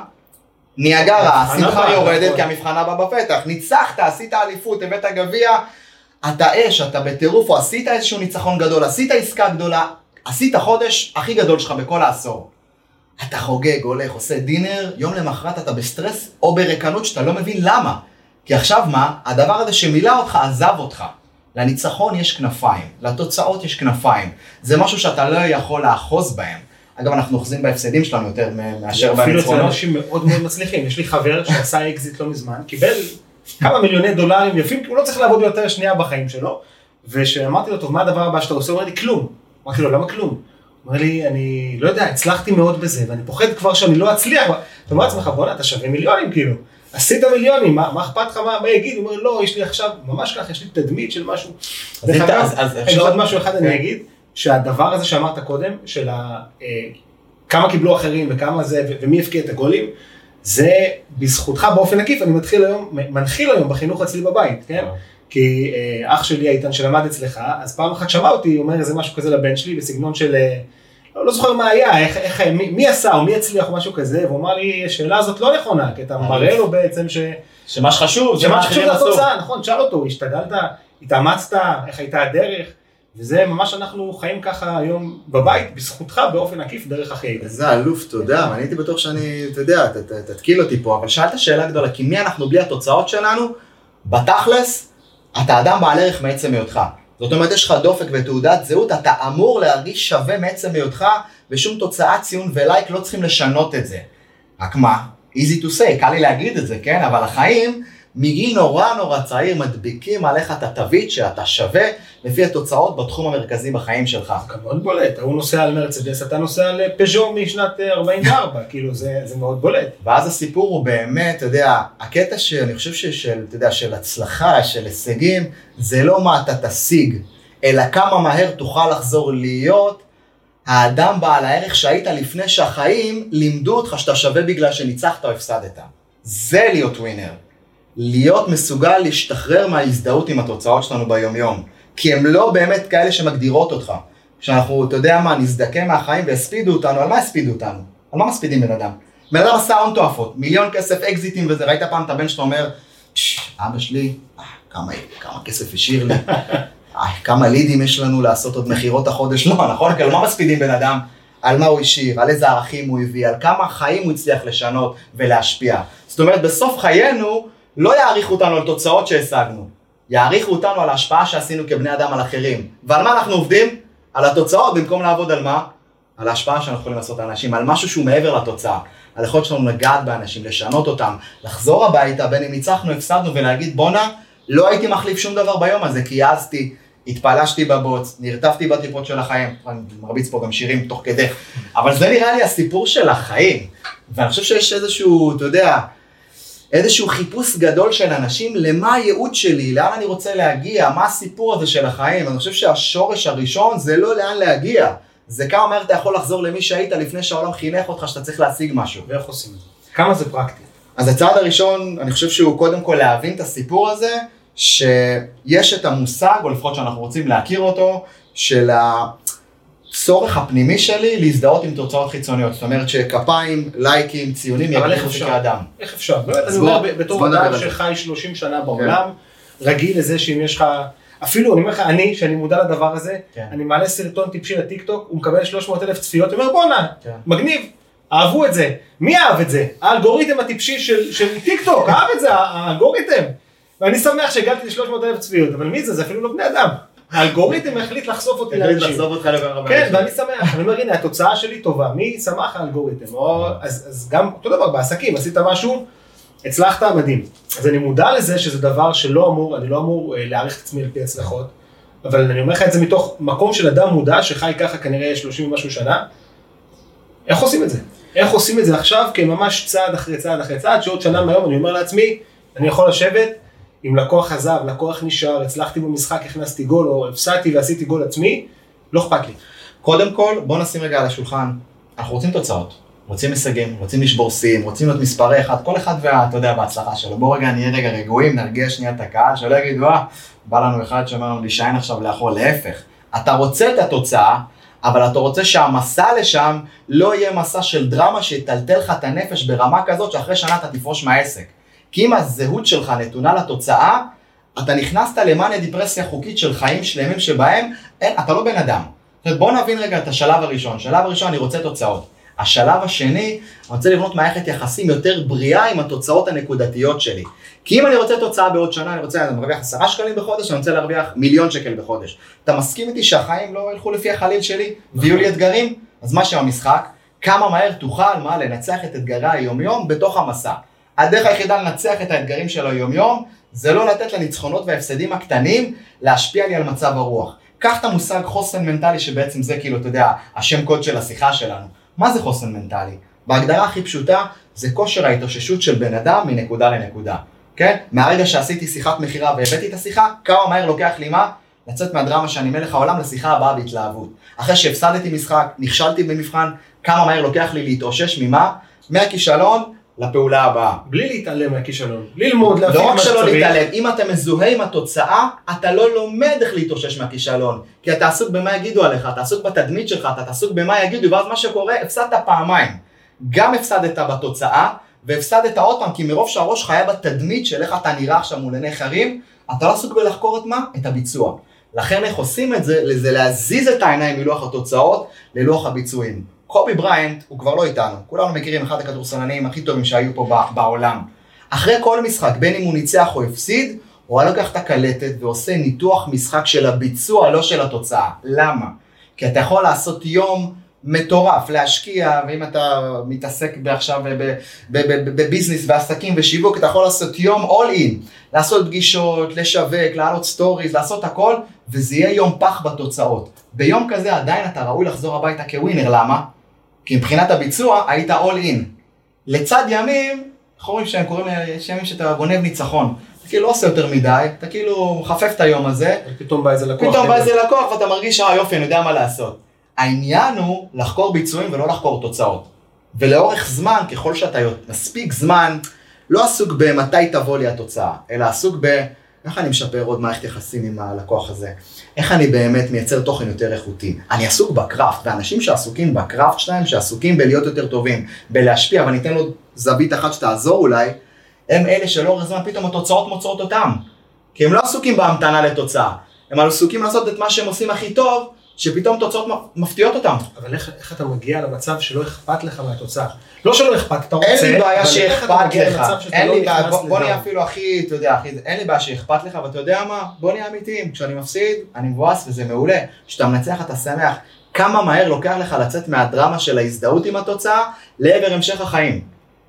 Speaker 1: ניאגרה, השמחה יורדת כי המבחן הבא בפתח, ניצחת, עשית אליפות, הבאת גביע, אתה אש, אתה בטירוף, או עשית איזשהו ניצחון גדול, עשית עסקה גדולה, עשית חודש הכי גדול שלך בכל העשור. אתה חוגג, הולך, עושה דינר, יום למחרת אתה בסטרס או ברקנות שאתה לא מבין למה. כי עכשיו מה? הדבר הזה שמילא אותך עזב אותך. לניצחון יש כנפיים, לתוצאות יש כנפיים. זה משהו שאתה לא יכול לאחוז בהם. אגב, אנחנו אוחזים בהפסדים שלנו יותר מאשר בניצחונות.
Speaker 2: אפילו אצל אנשים מאוד מאוד מצליחים. יש לי חבר שעשה אקזיט לא מזמן, קיבל כמה מיליוני דולרים יפים, כי הוא לא צריך לעבוד יותר שנייה בחיים שלו. ושאמרתי לו, טוב, מה הדבר הבא שאתה עושה? הוא אומר לי, כלום. אמרתי לו, למה כלום? הוא אומר לי, אני לא יודע, הצלחתי מאוד בזה, ואני פוחד כבר שאני לא אצליח. אתה אומר לעצמך, בוא'נה, אתה שווה מיליונים, כאילו. עשית מיליונים, מה, מה אכפת לך, מה, מה יגיד? הוא אומר, לא, יש לי עכשיו, ממש כך, יש לי תדמית של משהו. דרך אגב, עוד משהו אחד אני אגיד, שהדבר הזה שאמרת קודם, של כמה קיבלו אחרים וכמה זה, ומי הפקיע את הגולים, זה בזכותך באופן עקיף, אני מתחיל היום, מנחיל היום בחינוך אצלי בבית, כן? כי אח שלי איתן שלמד אצלך, אז פעם אחת שמע אותי, הוא אומר איזה משהו כזה לבן שלי, בסגנון של, לא, לא זוכר מה היה, איך, איך, מי, מי עשה או מי הצליח או משהו כזה, והוא אמר לי, השאלה הזאת לא נכונה, כי אתה מראה לו בעצם ש...
Speaker 1: שמה שחשוב,
Speaker 2: שמה שחשוב זה התוצאה, נכון, שאל אותו, השתדלת, התאמצת, איך הייתה הדרך, וזה ממש אנחנו חיים ככה היום בבית, בזכותך באופן עקיף דרך החיים.
Speaker 1: זה אלוף, תודה, אני הייתי בטוח שאני, אתה יודע, תתקיל אותי פה, אבל שאלת שאלה גדולה, כי מי אנחנו בלי התוצאות שלנו? בתכלס, אתה אדם בעל ערך מעצם היותך. זאת אומרת, יש לך דופק ותעודת זהות, אתה אמור להרגיש שווה מעצם היותך, ושום תוצאה, ציון ולייק לא צריכים לשנות את זה. רק מה? easy to say, קל לי להגיד את זה, כן? אבל החיים מגיל נורא נורא צעיר מדביקים עליך את התווית שאתה שווה לפי התוצאות בתחום המרכזי בחיים שלך.
Speaker 2: זה מאוד בולט, הוא נוסע על מרצדס, אתה נוסע על פז'ו משנת ארבעים וארבע, כאילו זה, זה מאוד בולט.
Speaker 1: ואז הסיפור הוא באמת, אתה יודע, הקטע שאני חושב של, אתה יודע, של הצלחה, של הישגים, זה לא מה אתה תשיג, אלא כמה מהר תוכל לחזור להיות האדם בעל הערך שהיית לפני שהחיים לימדו אותך שאתה שווה בגלל שניצחת או הפסדת. זה להיות ווינר. להיות מסוגל להשתחרר מההזדהות עם התוצאות שלנו ביום יום. כי הם לא באמת כאלה שמגדירות אותך. כשאנחנו, אתה יודע מה, נזדקם מהחיים והספידו אותנו, על מה הספידו אותנו? על מה מספידים בן אדם? בן אדם עשה הון תועפות, מיליון כסף, אקזיטים וזה, ראית פעם את הבן שאתה אומר, אבא שלי, כמה, כמה כסף השאיר לי, כמה לידים יש לנו לעשות עוד מחירות החודש, לא, נכון? על מה מספידים בן אדם? על מה הוא השאיר, על איזה ערכים הוא הביא, על כמה חיים הוא הצליח לשנות ולהשפיע. זאת אומרת, בסוף חיינו לא יעריכו אותנו על תוצאות שהשגנו, יעריכו אותנו על ההשפעה שעשינו כבני אדם על אחרים. ועל מה אנחנו עובדים? על התוצאות, במקום לעבוד על מה? על ההשפעה שאנחנו יכולים לעשות על אנשים, על משהו שהוא מעבר לתוצאה. על היכולת שלנו לגעת באנשים, לשנות אותם, לחזור הביתה, בין אם ניצחנו, הפסדנו ולהגיד, בונה, לא הייתי מחליף שום דבר ביום הזה, כי העזתי, התפלשתי בבוץ, נרטפתי בטיפות של החיים, אני מרביץ פה גם שירים תוך כדי, אבל זה נראה לי הסיפור של החיים, ואני חושב שיש איזשהו, אתה יודע, איזשהו חיפוש גדול של אנשים, למה הייעוד שלי, לאן אני רוצה להגיע, מה הסיפור הזה של החיים. אני חושב שהשורש הראשון זה לא לאן להגיע, זה כמה מהר אתה יכול לחזור למי שהיית לפני שהעולם חינך אותך שאתה צריך להשיג משהו.
Speaker 2: ואיך עושים את זה? כמה זה פרקטי?
Speaker 1: אז הצעד הראשון, אני חושב שהוא קודם כל להבין את הסיפור הזה, שיש את המושג, או לפחות שאנחנו רוצים להכיר אותו, של הצורך הפנימי שלי להזדהות עם תוצאות חיצוניות. זאת אומרת שכפיים, לייקים, ציונים יגדירו אותי כאדם.
Speaker 2: איך אפשר? אני אומר, בתור אדם שחי שלושים שנה בעולם, רגיל לזה שאם יש לך, אפילו אני אומר לך, אני, שאני מודע לדבר הזה, אני מעלה סרטון טיפשי לטיק טוק, הוא מקבל שלוש מאות אלף צפיות, הוא אומר בונה, מגניב, אהבו את זה. מי אהב את זה? האלגוריתם הטיפשי של טיק טוק, אהב את זה, האלגוריתם. ואני שמח שהגעתי ל-שלוש מאות אלף צפיות, אבל מי זה? זה אפילו לא בני אדם. האלגוריתם החליט לחשוף אותי לאנשים.
Speaker 1: החליט לחשוף אותך לבין הרבה.
Speaker 2: כן, ואני שמח. אני אומר, הנה, התוצאה שלי טובה. מי שמח האלגוריתם? אז גם, אותו דבר, בעסקים, עשית משהו, הצלחת, מדהים. אז אני מודע לזה שזה דבר שלא אמור, אני לא אמור להעריך את עצמי על פי הצלחות, אבל אני אומר לך את זה מתוך מקום של אדם מודע, שחי ככה כנראה שלושים ומשהו שנה. איך עושים את זה? איך עושים את זה עכשיו? כי ממש צעד אחרי צעד אחרי צעד, שעוד שנה מהיום אני אומר לעצמי, אני יכול לשבת אם לקוח עזב, לקוח נשאר, הצלחתי במשחק, הכנסתי גול, או הפסדתי ועשיתי גול עצמי, לא אכפת לי.
Speaker 1: קודם כל, בוא נשים רגע על השולחן. אנחנו רוצים תוצאות, רוצים הישגים, רוצים לשבור שיאים, רוצים להיות מספרי אחד, כל אחד ואתה יודע בהצלחה שלו. בוא רגע נהיה רגע רגועים, נרגיע שנייה את הקהל, שלא יגיד, וואה, בא לנו אחד שאומר לנו להישען עכשיו לאחור, להפך. אתה רוצה את התוצאה, אבל אתה רוצה שהמסע לשם לא יהיה מסע של דרמה שיטלטל לך את הנפש ברמה כזאת שאחרי שנה אתה תפרוש מהעסק. כי אם הזהות שלך נתונה לתוצאה, אתה נכנסת למאניה דיפרסיה חוקית של חיים שלמים שבהם, אין, אתה לא בן אדם. בוא נבין רגע את השלב הראשון. שלב הראשון, אני רוצה תוצאות. השלב השני, אני רוצה לבנות מערכת יחסים יותר בריאה עם התוצאות הנקודתיות שלי. כי אם אני רוצה תוצאה בעוד שנה, אני רוצה להרוויח עשרה שקלים בחודש, אני רוצה להרוויח מיליון שקל בחודש. אתה מסכים איתי שהחיים לא ילכו לפי החליל שלי, ויהיו לי אתגרים? אז מה שם המשחק? כמה מהר תוכל, מה, לנצח את אתגרי היום-יום בתוך המסע. הדרך היחידה לנצח את האתגרים של היום-יום, זה לא לתת לניצחונות וההפסדים הקטנים להשפיע לי על מצב הרוח. קח את המושג חוסן מנטלי, שבעצם זה כאילו, אתה יודע, השם קוד של השיחה שלנו. מה זה חוסן מנטלי? בהגדרה הכי פשוטה, זה כושר ההתאוששות של בן אדם מנקודה לנקודה. כן? מהרגע שעשיתי שיחת מחירה והבאתי את השיחה, כמה מהר לוקח לי מה? לצאת מהדרמה שאני מלך העולם לשיחה הבאה בהתלהבות. אחרי שהפסדתי משחק, נכשלתי במבחן, כמה מהר לוקח לי להתאושש ממה? מהכישלון לפעולה הבאה.
Speaker 2: בלי להתעלם מהכישלון, ללמוד, להפיק
Speaker 1: לא רק שלא להתעלם, אם אתה מזוהה עם התוצאה, אתה לא לומד איך להתאושש מהכישלון, כי אתה עסוק במה יגידו עליך, אתה עסוק בתדמית שלך, אתה עסוק במה יגידו, ואז מה שקורה, הפסדת פעמיים. גם הפסדת בתוצאה, והפסדת עוד פעם, כי מרוב שהראש חיה בתדמית של איך אתה נראה עכשיו מול עיני חרים, אתה לא עסוק בלחקור את מה? את הביצוע. לכן איך עושים את זה? זה להזיז את העיניים מלוח התוצאות ללוח הביצועים. קובי בריינט הוא כבר לא איתנו, כולנו מכירים אחד הכדורסלנים הכי טובים שהיו פה בעולם. אחרי כל משחק, בין אם הוא ניצח או הפסיד, הוא היה לוקח את הקלטת ועושה ניתוח משחק של הביצוע, לא של התוצאה. למה? כי אתה יכול לעשות יום מטורף להשקיע, ואם אתה מתעסק עכשיו בביזנס ועסקים ושיווק, אתה יכול לעשות יום all in, לעשות פגישות, לשווק, לעלות סטוריז, לעשות הכל, וזה יהיה יום פח בתוצאות. ביום כזה עדיין אתה ראוי לחזור הביתה כווינר, למה? כי מבחינת הביצוע היית all in. לצד ימים, חורים שהם קוראים ימים שאתה גונב ניצחון. אתה כאילו לא עושה יותר מדי, אתה כאילו מחפף את היום הזה.
Speaker 2: פתאום בא איזה לקוח.
Speaker 1: פתאום בא איזה לקוח ואתה מרגיש, אה יופי, אני יודע מה לעשות. העניין הוא לחקור ביצועים ולא לחקור תוצאות. ולאורך זמן, ככל שאתה מספיק זמן, לא עסוק במתי תבוא לי התוצאה, אלא עסוק ב... איך אני משפר עוד מערכת יחסים עם הלקוח הזה? איך אני באמת מייצר תוכן יותר איכותי? אני עסוק בקראפט, ואנשים שעסוקים בקראפט שלהם, שעסוקים בלהיות יותר טובים, בלהשפיע, ואני אתן לו זווית אחת שתעזור אולי, הם אלה שלא זמן פתאום התוצאות מוצאות אותם. כי הם לא עסוקים בהמתנה לתוצאה, הם עסוקים לעשות את מה שהם עושים הכי טוב, שפתאום תוצאות מפתיעות אותם.
Speaker 2: אבל איך, איך אתה מגיע למצב שלא אכפת לך מהתוצאה? לא שלא אכפת, אתה רוצה,
Speaker 1: אין לי בעיה שאכפת לך. אין לי בעיה,
Speaker 2: בוא,
Speaker 1: בוא נהיה אפילו הכי, אתה יודע, הכי, אין לי בעיה שאכפת לך, ואתה יודע מה? בוא נהיה אמיתיים. כשאני מפסיד, אני מבואס וזה מעולה. כשאתה מנצח, אתה שמח. כמה מהר לוקח לך לצאת מהדרמה של ההזדהות עם התוצאה, לעבר המשך החיים.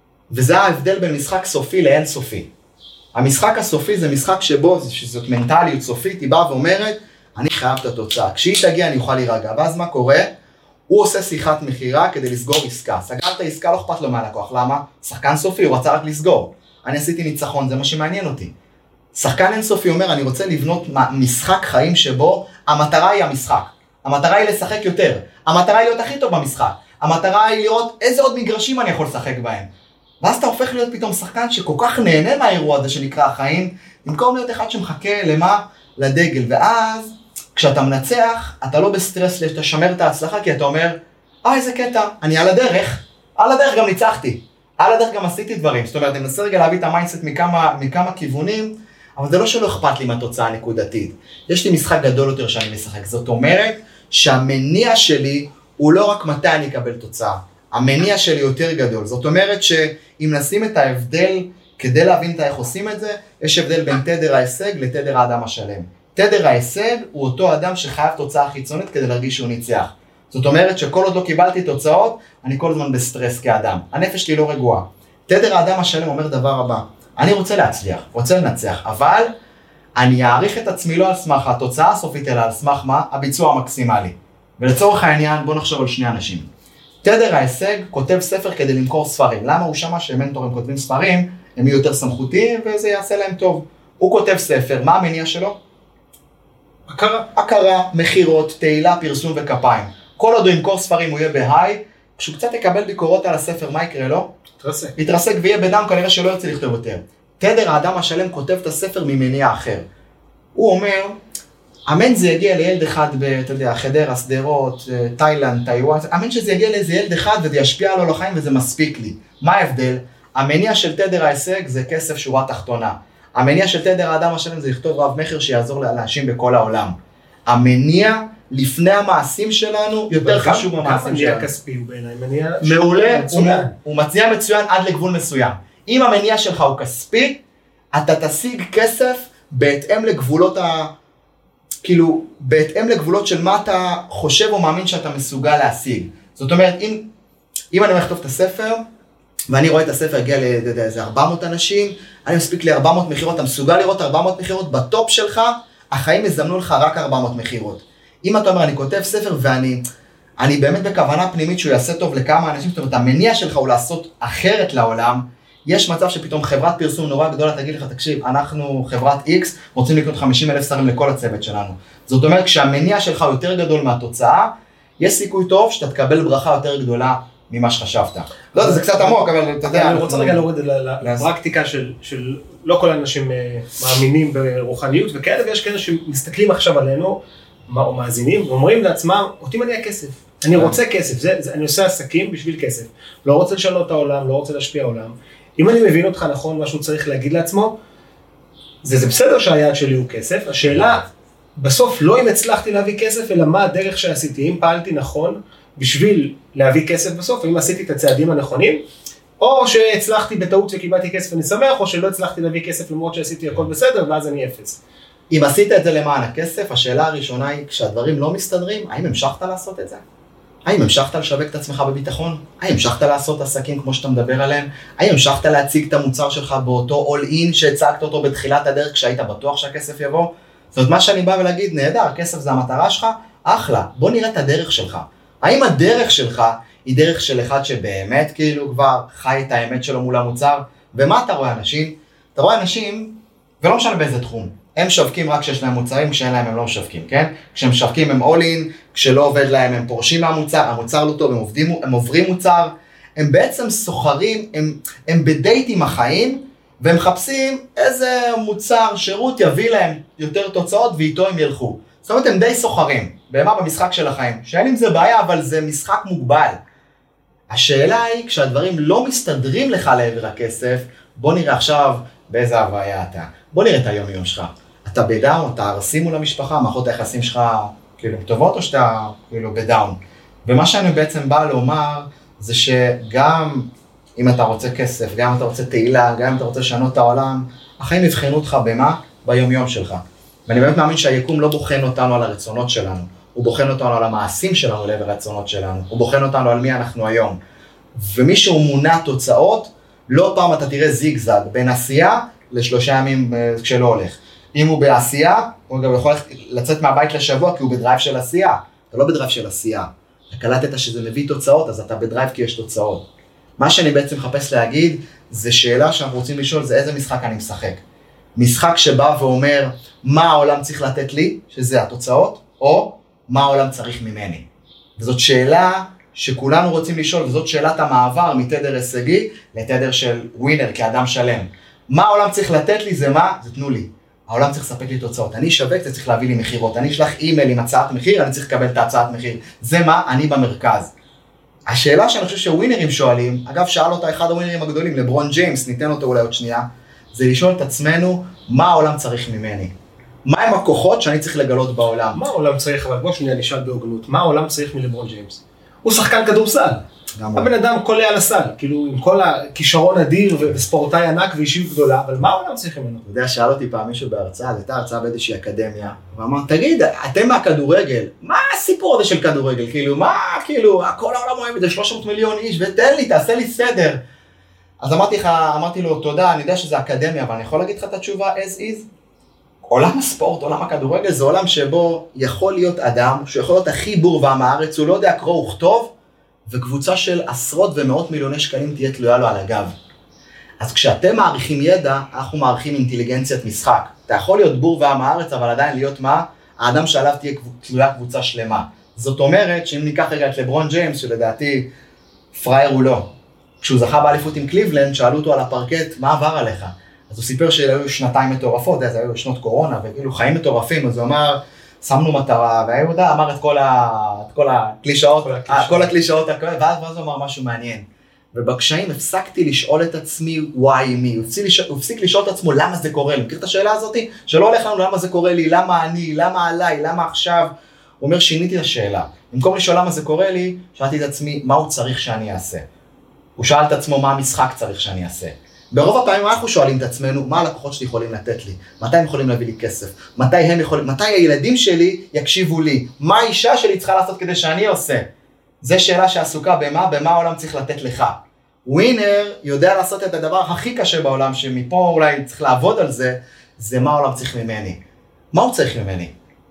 Speaker 1: וזה ההבדל בין משחק סופי לאין סופי. המשחק הסופי זה משחק שבו, שזאת מנטליות סופית, היא באה ואומרת, אני חייב את התוצאה. כשהיא תגיע אני אוכל להירגע. ואז מה קורה? הוא עושה שיחת מחירה כדי לסגור עסקה. סגרת עסקה, לא אכפת לו מהלקוח. למה? שחקן סופי, הוא רצה רק לסגור. אני עשיתי ניצחון, זה מה שמעניין אותי. שחקן אינסופי אומר, אני רוצה לבנות משחק חיים שבו המטרה היא המשחק. המטרה היא לשחק יותר. המטרה היא להיות הכי טוב במשחק. המטרה היא לראות איזה עוד מגרשים אני יכול לשחק בהם. ואז אתה הופך להיות פתאום שחקן שכל כך נהנה מהאירוע הזה שנקרא החיים, במקום להיות אחד שמחכה למה? לדגל. ואז כשאתה מנצח, אתה לא בסטרס לשמר את ההצלחה, כי אתה אומר, אה, איזה קטע, אני על הדרך, על הדרך גם ניצחתי, על הדרך גם עשיתי דברים. זאת אומרת, אני מנסה רגע להביא את המיינדסט מכמה, מכמה כיוונים, אבל זה לא שלא אכפת לי מהתוצאה הנקודתית. יש לי משחק גדול יותר שאני משחק. זאת אומרת שהמניע שלי הוא לא רק מתי אני אקבל תוצאה, המניע שלי יותר גדול. זאת אומרת שאם נשים את ההבדל, כדי להבין את איך עושים את זה, יש הבדל בין תדר ההישג לתדר האדם השלם. תדר ההישג הוא אותו אדם שחייב תוצאה חיצונית כדי להרגיש שהוא ניצח. זאת אומרת שכל עוד לא קיבלתי תוצאות, אני כל הזמן בסטרס כאדם. הנפש שלי לא רגועה. תדר האדם השלם אומר דבר הבא, אני רוצה להצליח, רוצה לנצח, אבל אני אעריך את עצמי לא על סמך התוצאה הסופית, אלא על סמך מה? הביצוע המקסימלי. ולצורך העניין, בוא נחשוב על שני אנשים. תדר ההישג כותב ספר כדי למכור ספרים. למה הוא שמע שמנטורים כותבים ספרים, הם יהיו יותר סמכותיים וזה יעשה להם טוב. הוא כותב ספר, מה המניע שלו?
Speaker 2: הכרה.
Speaker 1: הכרה, מחירות, תהילה, פרסום וכפיים. כל עוד הוא ימכור ספרים הוא יהיה בהיי, כשהוא קצת יקבל ביקורות על הספר, מה יקרה לו?
Speaker 2: יתרסק.
Speaker 1: יתרסק ויהיה בדם, כנראה שלא ירצה לכתוב יותר. תדר האדם השלם כותב את הספר ממניע אחר. הוא אומר, אמן זה יגיע לילד אחד, אתה יודע, חדרה, שדרות, תאילנד, טיואן, אמן שזה יגיע לאיזה ילד אחד וזה ישפיע עליו לחיים וזה מספיק לי. מה ההבדל? המניע של תדר ההישג זה כסף שורה תחתונה. המניע של תדר האדם השלם זה לכתוב רב מחר שיעזור לאנשים בכל העולם. המניע לפני המעשים שלנו יותר חשוב מהמעשים שלנו.
Speaker 2: גם מניע כספי הוא בעיניי, מניע
Speaker 1: מעולה, הוא מציע מצוין עד לגבול מסוים. אם המניע שלך הוא כספי, אתה תשיג כסף בהתאם לגבולות ה... כאילו, בהתאם לגבולות של מה אתה חושב או מאמין שאתה מסוגל להשיג. זאת אומרת, אם, אם אני מכתוב את הספר, ואני רואה את הספר הגיע לאיזה ארבע מאות אנשים, אני מספיק ל-ארבע מאות מחירות, אתה מסוגל לראות ארבע מאות מחירות, בטופ שלך, החיים יזמנו לך רק ארבע מאות מחירות. אם אתה אומר, אני כותב ספר ואני אני באמת בכוונה פנימית שהוא יעשה טוב לכמה אנשים, זאת אומרת, המניע שלך הוא לעשות אחרת לעולם, יש מצב שפתאום חברת פרסום נורא גדולה תגיד לך, תקשיב, אנחנו חברת X, רוצים לקנות חמישים אלף שרים לכל הצוות שלנו. זאת אומרת, כשהמניע שלך הוא יותר גדול מהתוצאה, יש סיכוי טוב שאתה תקבל ברכה יותר גדולה ממה שחשבת. לא יודע, זה קצת עמוק, אבל אתה יודע...
Speaker 2: אני רוצה רגע להוריד לפרקטיקה של לא כל האנשים מאמינים ברוחניות וכאלה, ויש כאלה שמסתכלים עכשיו עלינו, או מאזינים, ואומרים לעצמם, אותי מניע כסף. אני רוצה כסף, אני עושה עסקים בשביל כסף. לא רוצה לשנות את העולם, לא רוצה להשפיע העולם. אם אני מבין אותך נכון, מה שהוא צריך להגיד לעצמו, זה, זה בסדר שהיעד שלי הוא כסף. השאלה, בסוף לא אם הצלחתי להביא כסף, אלא מה הדרך שעשיתי. אם פעלתי נכון בשביל להביא כסף בסוף, אם עשיתי את הצעדים הנכונים, או שהצלחתי בטעות וקיבלתי כסף ואני שמח, או שלא הצלחתי להביא כסף למרות שעשיתי הכל בסדר, ואז אני אפס.
Speaker 1: אם עשית את זה למען הכסף, השאלה הראשונה היא, כשהדברים לא מסתדרים, האם המשכת לעשות את זה? האם המשכת לשווק את עצמך בביטחון? האם המשכת לעשות עסקים כמו שאתה מדבר עליהם? האם המשכת להציג את המוצר שלך באותו all-in שהצגת אותו בתחילת הדרך כשהיית בטוח שהכסף יבוא? זאת אומרת, מה שאני בא ולהגיד, נהדר, כסף זה המטרה שלך, אחלה, בוא נראה את הדרך שלך. האם הדרך שלך היא דרך של אחד שבאמת כאילו כבר חי את האמת שלו מול המוצר? ומה אתה רואה אנשים? אתה רואה אנשים, ולא משנה באיזה תחום, הם שווקים רק כשיש להם מוצרים, כשאין להם הם לא משווקים, כן? כשהם משווקים הם all in, כשלא עובד להם הם פורשים מהמוצר, המוצר לא טוב, הם, עובדים, הם עוברים מוצר, הם בעצם סוחרים, הם, הם בדייט עם החיים, והם מחפשים איזה מוצר, שירות יביא להם יותר תוצאות ואיתו הם ילכו. זאת אומרת, הם די סוחרים, במה במשחק של החיים, שאין עם זה בעיה, אבל זה משחק מוגבל. השאלה היא, כשהדברים לא מסתדרים לך לעבר הכסף, בוא נראה עכשיו באיזה הוויה אתה. בוא נראה את היום יום שלך. אתה בדאון, אתה הרסים מול המשפחה, מערכות היחסים שלך כאילו טובות או שאתה כאילו בדאון. ומה שאני בעצם בא לומר, זה שגם אם אתה רוצה כסף, גם אם אתה רוצה תהילה, גם אם אתה רוצה לשנות את העולם, החיים יבחנו אותך במה? ביום יום שלך. ואני באמת מאמין שהיקום לא בוחן אותנו על הרצונות שלנו, הוא בוחן אותנו על המעשים שלנו לעבר הרצונות שלנו, הוא בוחן אותנו על מי אנחנו היום. ומי שהוא מונע תוצאות, לא פעם אתה תראה זיגזג בין עשייה לשלושה ימים כשלא הולך. אם הוא בעשייה, הוא גם יכול לצאת מהבית לשבוע כי הוא בדרייב של עשייה. אתה לא בדרייב של עשייה. אתה קלטת שזה מביא תוצאות, אז אתה בדרייב כי יש תוצאות. מה שאני בעצם מחפש להגיד, זה שאלה שאנחנו רוצים לשאול, זה איזה משחק אני משחק. משחק שבא ואומר, מה העולם צריך לתת לי, שזה התוצאות, או מה העולם צריך ממני. וזאת שאלה שכולנו רוצים לשאול, וזאת שאלת המעבר מתדר הישגי לתדר של ווינר כאדם שלם. מה העולם צריך לתת לי זה מה? זה תנו לי. העולם צריך לספק לי תוצאות. אני אשווק, זה צריך להביא לי מחירות. אני אשלח אימייל עם הצעת מחיר, אני צריך לקבל את ההצעת מחיר. זה מה? אני במרכז. השאלה שאני חושב שווינרים שואלים, אגב שאל אותה אחד הווינרים הגדולים, לברון ג'יימס, ניתן אותו אולי עוד שנייה, זה לשאול את עצמנו, מה העולם צריך ממני? מה הם הכוחות שאני צריך לגלות בעולם?
Speaker 2: מה העולם צריך, אבל בוא שנייה נשאל בהוגנות, מה העולם צריך מלברון ג'יימס? הוא שחקן כדורסל. הבן אדם קולע על הסל, כאילו עם כל הכישרון אדיר וספורטאי ענק ואישיות גדולה, אבל מה העולם צריך ממנו?
Speaker 1: אתה יודע, שאל אותי פעם מישהו בהרצאה, זו הייתה הרצאה באיזושהי אקדמיה, ואמר, תגיד, אתם מהכדורגל, מה הסיפור הזה של כדורגל? כאילו, מה, כאילו, כל העולם אוהב את זה, שלוש מאות מיליון איש, ותן לי, תעשה לי סדר. אז אמרתי לך, אמרתי לו, תודה, אני יודע שזה אקדמיה, אבל אני יכול להגיד לך את התשובה as is? עולם הספורט, עולם הכדורגל, זה עולם שבו יכול להיות אדם, שיכול להיות הכי בור ועם הארץ, הוא לא יודע קרוא וכתוב, וקבוצה של עשרות ומאות מיליוני שקלים תהיה תלויה לו על הגב. אז כשאתם מעריכים ידע, אנחנו מעריכים אינטליגנציית משחק. אתה יכול להיות בור ועם הארץ, אבל עדיין להיות מה? האדם שעליו תהיה תלויה קבוצה שלמה. זאת אומרת, שאם ניקח רגע את לברון ג'יימס, שלדעתי פרייר הוא לא. כשהוא זכה באליפות עם קליבלנד, שאלו אותו על הפרקט, מה עבר עליך? אז הוא סיפר שהיו שנתיים מטורפות, זה היו שנות קורונה, וכאילו חיים מטורפים, אז הוא אמר, שמנו מטרה, והיהודה אמר את כל, ה... את כל הקלישאות, כל הקלישאות, כל הקלישאות, ואז, ואז הוא אמר משהו מעניין. ובקשיים הפסקתי לשאול את עצמי, וואי מי, הוא הפסיק, לשאול, הוא הפסיק לשאול את עצמו, למה זה קורה לי? מכיר את השאלה הזאת? שלא הולך לנו, למה זה קורה לי, למה אני, למה עליי, למה עכשיו? הוא אומר, שיניתי את השאלה. במקום לשאול למה זה קורה לי, שאלתי את עצמי, מה הוא צריך שאני אעשה? הוא שאל את עצמו, מה המשחק צריך שאני אעשה? ברוב הפעמים אנחנו שואלים את עצמנו, מה הלקוחות שלי יכולים לתת לי? מתי הם יכולים להביא לי כסף? מתי הם יכולים, מתי הילדים שלי יקשיבו לי? מה האישה שלי צריכה לעשות כדי שאני עושה? זו שאלה שעסוקה במה, במה העולם צריך לתת לך. ווינר יודע לעשות את הדבר הכי קשה בעולם, שמפה אולי צריך לעבוד על זה, זה מה העולם צריך ממני. מה הוא צריך ממני?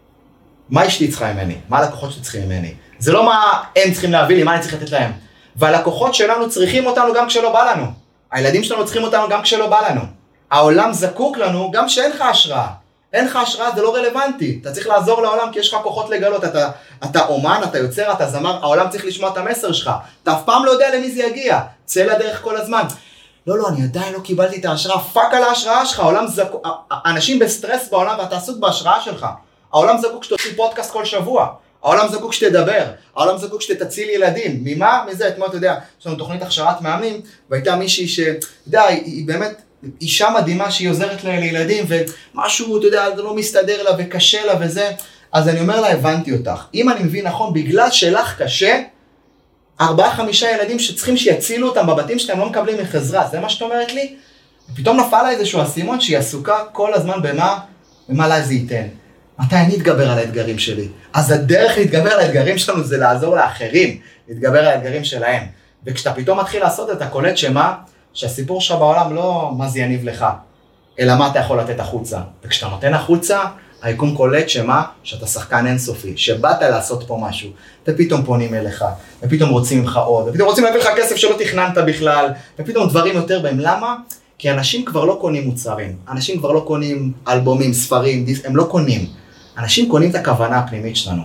Speaker 1: מה אשתי צריכה ממני? מה הלקוחות שלי צריכים ממני? זה לא מה הם צריכים להביא לי, מה אני צריך לתת להם. והלקוחות שלנו צריכים אותנו גם כשלא בא לנו. הילדים שלנו צריכים אותנו גם כשלא בא לנו. העולם זקוק לנו גם כשאין לך השראה. אין לך השראה, זה לא רלוונטי. אתה צריך לעזור לעולם כי יש לך כוחות לגלות. אתה, אתה אומן, אתה יוצר, אתה זמר, העולם צריך לשמוע את המסר שלך. אתה אף פעם לא יודע למי זה יגיע. צא לדרך כל הזמן. לא, לא, אני עדיין לא קיבלתי את ההשראה. פאק על ההשראה שלך. העולם זקוק, אנשים בסטרס בעולם ואתה עסוק בהשראה שלך. העולם זקוק שתוציא פודקאסט כל שבוע. העולם זקוק שתדבר, העולם זקוק שתציל ילדים. ממה? מזה, אתמול, אתה יודע, יש לנו תוכנית הכשרת מאמנים, והייתה מישהי ש... אתה יודע, היא, היא באמת אישה מדהימה שהיא עוזרת לילדים, ומשהו, אתה יודע, זה לא מסתדר לה וקשה לה וזה. אז אני אומר לה, הבנתי אותך. אם אני מבין נכון, בגלל שלך קשה, ארבעה, חמישה ילדים שצריכים שיצילו אותם בבתים שלהם, לא מקבלים מחזרה. זה מה שאת אומרת לי? ופתאום נפל לה איזשהו אסימון שהיא עסוקה כל הזמן במה, במה לה זה ייתן. מתי אני אתגבר על האתגרים שלי? אז הדרך להתגבר על האתגרים שלנו זה לעזור לאחרים, להתגבר על האתגרים שלהם. וכשאתה פתאום מתחיל לעשות את הקולט שמה, שהסיפור שלך בעולם לא מה זה יניב לך, אלא מה אתה יכול לתת החוצה. וכשאתה נותן החוצה, היקום קולט שמה, שאתה שחקן אינסופי, שבאת לעשות פה משהו, ופתאום פונים אליך, ופתאום רוצים ממך עוד, ופתאום רוצים להביא לך כסף שלא תכננת בכלל, ופתאום דברים יותר בהם. למה? כי אנשים כבר לא קונים מוצרים, אנשים כבר לא קונים אלבומים, ספרים, דיס, הם לא קונים. אנשים קונים את הכוונה הפנימית שלנו.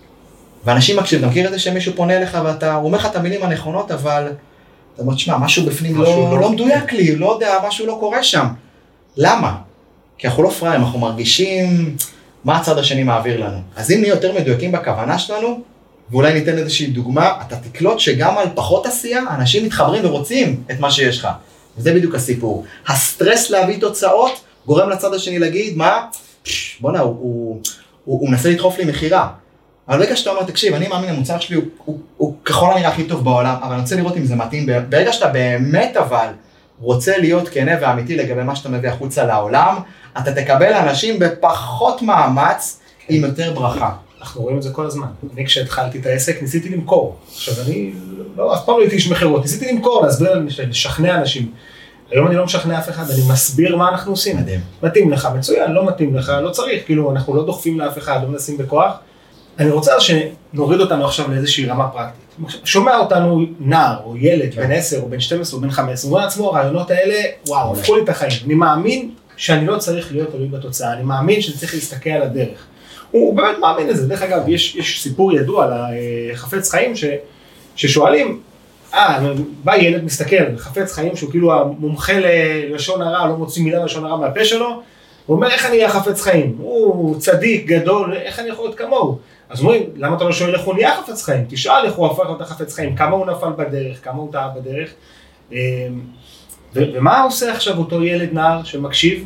Speaker 1: ואנשים מקשיב, אתה מכיר את זה שמישהו פונה אליך ואתה, הוא אומר לך את המילים הנכונות, אבל אתה אומר, תשמע, משהו בפנים משהו לא, לא, לא מדויק לי, לא יודע, משהו לא קורה שם. למה? כי אנחנו לא פריים, אנחנו מרגישים מה הצד השני מעביר לנו. אז אם נהיה יותר מדויקים בכוונה שלנו, ואולי ניתן איזושהי דוגמה, אתה תקלוט שגם על פחות עשייה, אנשים מתחברים ורוצים את מה שיש לך. וזה בדיוק הסיפור. הסטרס להביא תוצאות, גורם לצד השני להגיד, מה? בוא נה, הוא, הוא, הוא, הוא מנסה לדחוף לי מחירה. אבל ברגע שאתה אומר, תקשיב, אני מאמין, המוצר שלי הוא, הוא, הוא ככל הנראה הכי טוב בעולם, אבל אני רוצה לראות אם זה מתאים. ברגע שאתה באמת אבל רוצה להיות כנה ואמיתי לגבי מה שאתה מביא החוצה לעולם, אתה תקבל אנשים בפחות מאמץ עם יותר ברכה.
Speaker 4: אנחנו רואים את זה כל הזמן. אני כשהתחלתי את העסק ניסיתי למכור. עכשיו אני, לא, אף פעם לא הייתי איש מחירות, ניסיתי למכור, להסביר, לשכנע אנשים. היום אני לא משכנע אף אחד, אני מסביר מה אנחנו עושים. מדהים. מתאים לך, מצוין, לא מתאים לך, לא צריך, כאילו אנחנו לא דוחפים לאף אחד, לא מנסים בכוח. אני רוצה שנוריד אותנו עכשיו לאיזושהי רמה פרקטית. שומע אותנו נער או ילד, בן עשר או בן שתים עשרה או בן חמש עשרה, הוא אומר לעצמו, הרעיונות האלה, וואו, הפכו לי את החיים. אני מאמין שאני לא צריך להיות תלוי בתוצאה, אני מאמין שאני צריך להסתכל על הדרך. הוא באמת מאמין לזה. דרך אגב, יש, יש סיפור ידוע על החפץ חיים ש, ששואלים, אה, בא ילד מסתכל, חפץ חיים שהוא כאילו המומחה ללשון הרע, לא מוציא מילה לשון הרע מהפה שלו, הוא אומר, איך אני אהיה חפץ חיים? הוא צדיק, גדול, איך אני יכול להיות כמוהו? אז אומרים, למה אתה לא שואל איך הוא נהיה חפץ חיים? תשאל איך הוא הפך להיות חפץ חיים, כמה הוא נפל בדרך, כמה הוא טעה בדרך. ומה עושה עכשיו אותו ילד נער שמקשיב,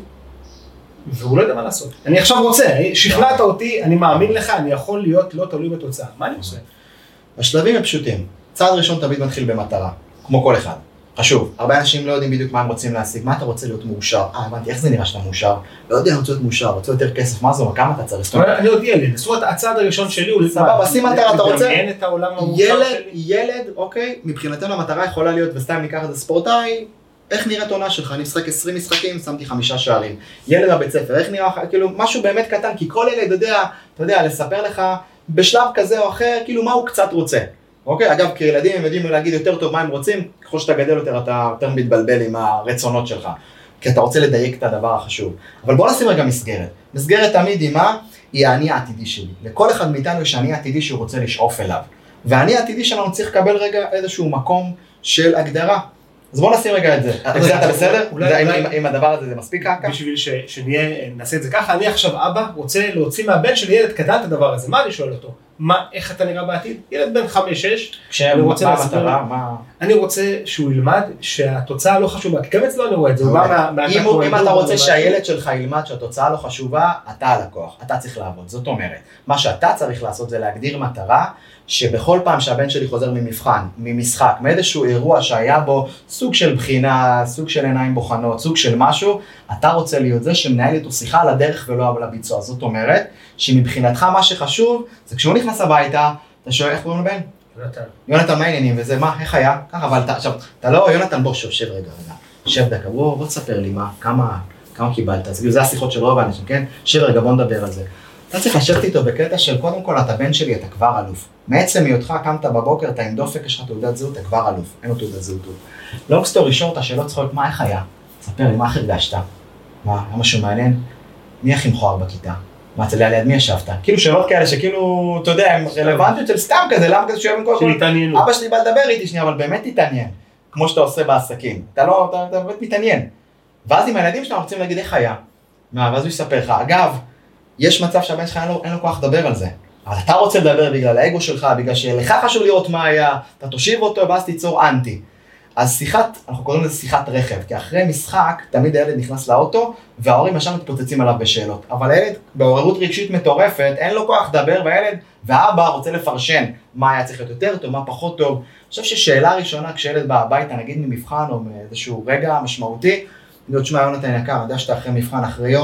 Speaker 4: והוא לא יודע מה לעשות? אני עכשיו רוצה, שכנעת אותי, אני מאמין לך, אני יכול להיות לא תלוי בתוצאה. מה אני עושה?
Speaker 1: השלבים הם פשוטים. צעד ראשון תמיד מתחיל במטרה, כמו כל אחד. חשוב, הרבה אנשים לא יודעים בדיוק מה הם רוצים להשיג, מה אתה רוצה להיות מאושר? אה, הבנתי, איך זה נראה שאתה מאושר? לא יודע, אני רוצה להיות מאושר, רוצה יותר כסף, מה זה, כמה אתה צריך?
Speaker 4: אני עוד ילד, זאת אומרת, הצעד הראשון שלי הוא...
Speaker 1: סבבה, שים מטרה, אתה רוצה?
Speaker 4: לדמיין את העולם המאושר שלי?
Speaker 1: ילד, אוקיי, מבחינתנו המטרה יכולה להיות, וסתם ניקח את הספורטאי, איך נראית עונה שלך? אני משחק עשרים משחקים, שמתי חמישה שערים. ילד בבית ספר, איך נראה, כאילו, משהו באמת קטן, כי כל ילד יודע, אתה יודע, לספר לך בשלב כזה או אחר, כאילו, מה הוא קצת רוצה. אוקיי, אגב, כילדים הם יודעים להגיד יותר טוב מה הם רוצים, ככל שאתה גדל יותר, אתה יותר מתבלבל עם הרצונות שלך, כי אתה רוצה לדייק את הדבר החשוב. אבל בוא נשים רגע מסגרת. מסגרת תמיד היא מה? היא האני העתידי שלי. לכל אחד מאיתנו יש האני העתידי שהוא רוצה לשאוף אליו. והאני העתידי שלנו צריך לקבל רגע איזשהו מקום של הגדרה. אז בוא נשים רגע את זה. אתה בסדר? אם הדבר הזה זה מספיק ככה?
Speaker 4: בשביל שנהיה, נעשה את זה ככה, אני עכשיו אבא רוצה להוציא מהבן של ילד קטן את הדבר הזה. מה אני שואל אותו? מה, איך אתה נראה בעתיד? ילד בן חמש, שש.
Speaker 1: כשהם, מה המטרה? מה...
Speaker 4: אני רוצה שהוא ילמד שהתוצאה לא חשובה, כי גם אצלו אני רואה את זה, הוא בא מה...
Speaker 1: אם אתה רוצה שהילד שלך ילמד שהתוצאה לא חשובה, אתה הלקוח, אתה צריך לעבוד. זאת אומרת, מה שאתה צריך לעשות זה להגדיר מטרה, שבכל פעם שהבן שלי חוזר ממבחן, ממשחק, מאיזשהו אירוע שהיה בו סוג של בחינה, סוג של עיניים בוחנות, סוג של משהו, אתה רוצה להיות זה שמנהל איתו שיחה על הדרך ולא על הביצוע. זאת אומרת, שמבחינתך מה שחשוב, זה כשהוא נכנס הביתה, אתה שואל איך קוראים לבן?
Speaker 4: יונתן.
Speaker 1: יונתן, מה העניינים? וזה מה, איך היה? ככה, אבל אתה, עכשיו, אתה לא, יונתן, בוא, שוב, שב רגע, רגע, שב דקה, בוא, בוא תספר לי מה, כמה, כמה קיבלת, אז זה השיחות של רוב האנשים, כן? שב רגע, בוא נדבר על זה. אתה צריך לשבת איתו בקטע של, קודם כל, אתה בן שלי, אתה כבר אלוף. מעצם היותך, קמת בבוקר, אתה עם דופק, יש לך תעודת זהות, אתה כבר אלוף, אין לו תעודת זהות. לא סטורי שורט, השאלות צריכות, מה, איך היה? תספר לי, מה איך הרגשת? מה, היה משהו מעניין? מי הכי מכוער בכיתה? מה, אתה יודע, ליד מי ישבת? כאילו שאלות כאלה שכאילו, אתה יודע, הם רלוונטיות של סתם כזה, למה כזה שואבים כל כל... אבא שלי בא לדבר איתי שנייה, אבל באמת תתעניין, כמו שאתה עושה בעסקים. אתה לא, אתה, אתה באמת מתעניין. ואז עם הילדים שלנו רוצים להגיד איך היה. מה, ואז הוא יספר לך. אגב, יש מצב שהבן שלך אין לו, אין לו כוח לדבר על זה. אבל אתה רוצה לדבר בגלל האגו שלך, בגלל שלך חשוב לראות מה היה, אתה תושיב אותו ואז תיצור אנטי. אז שיחת, אנחנו קוראים לזה שיחת רכב, כי אחרי משחק תמיד הילד נכנס לאוטו וההורים ישר מתפוצצים עליו בשאלות. אבל הילד בעוררות רגשית מטורפת, אין לו כוח לדבר, והילד והאבא רוצה לפרשן מה היה צריך להיות יותר טוב, מה פחות טוב. אני חושב ששאלה ראשונה כשילד בא הביתה, נגיד ממבחן או מאיזשהו רגע משמעותי, להיות שמע יונתן יקר, אני יודע שאתה אחרי מבחן, אחרי יום,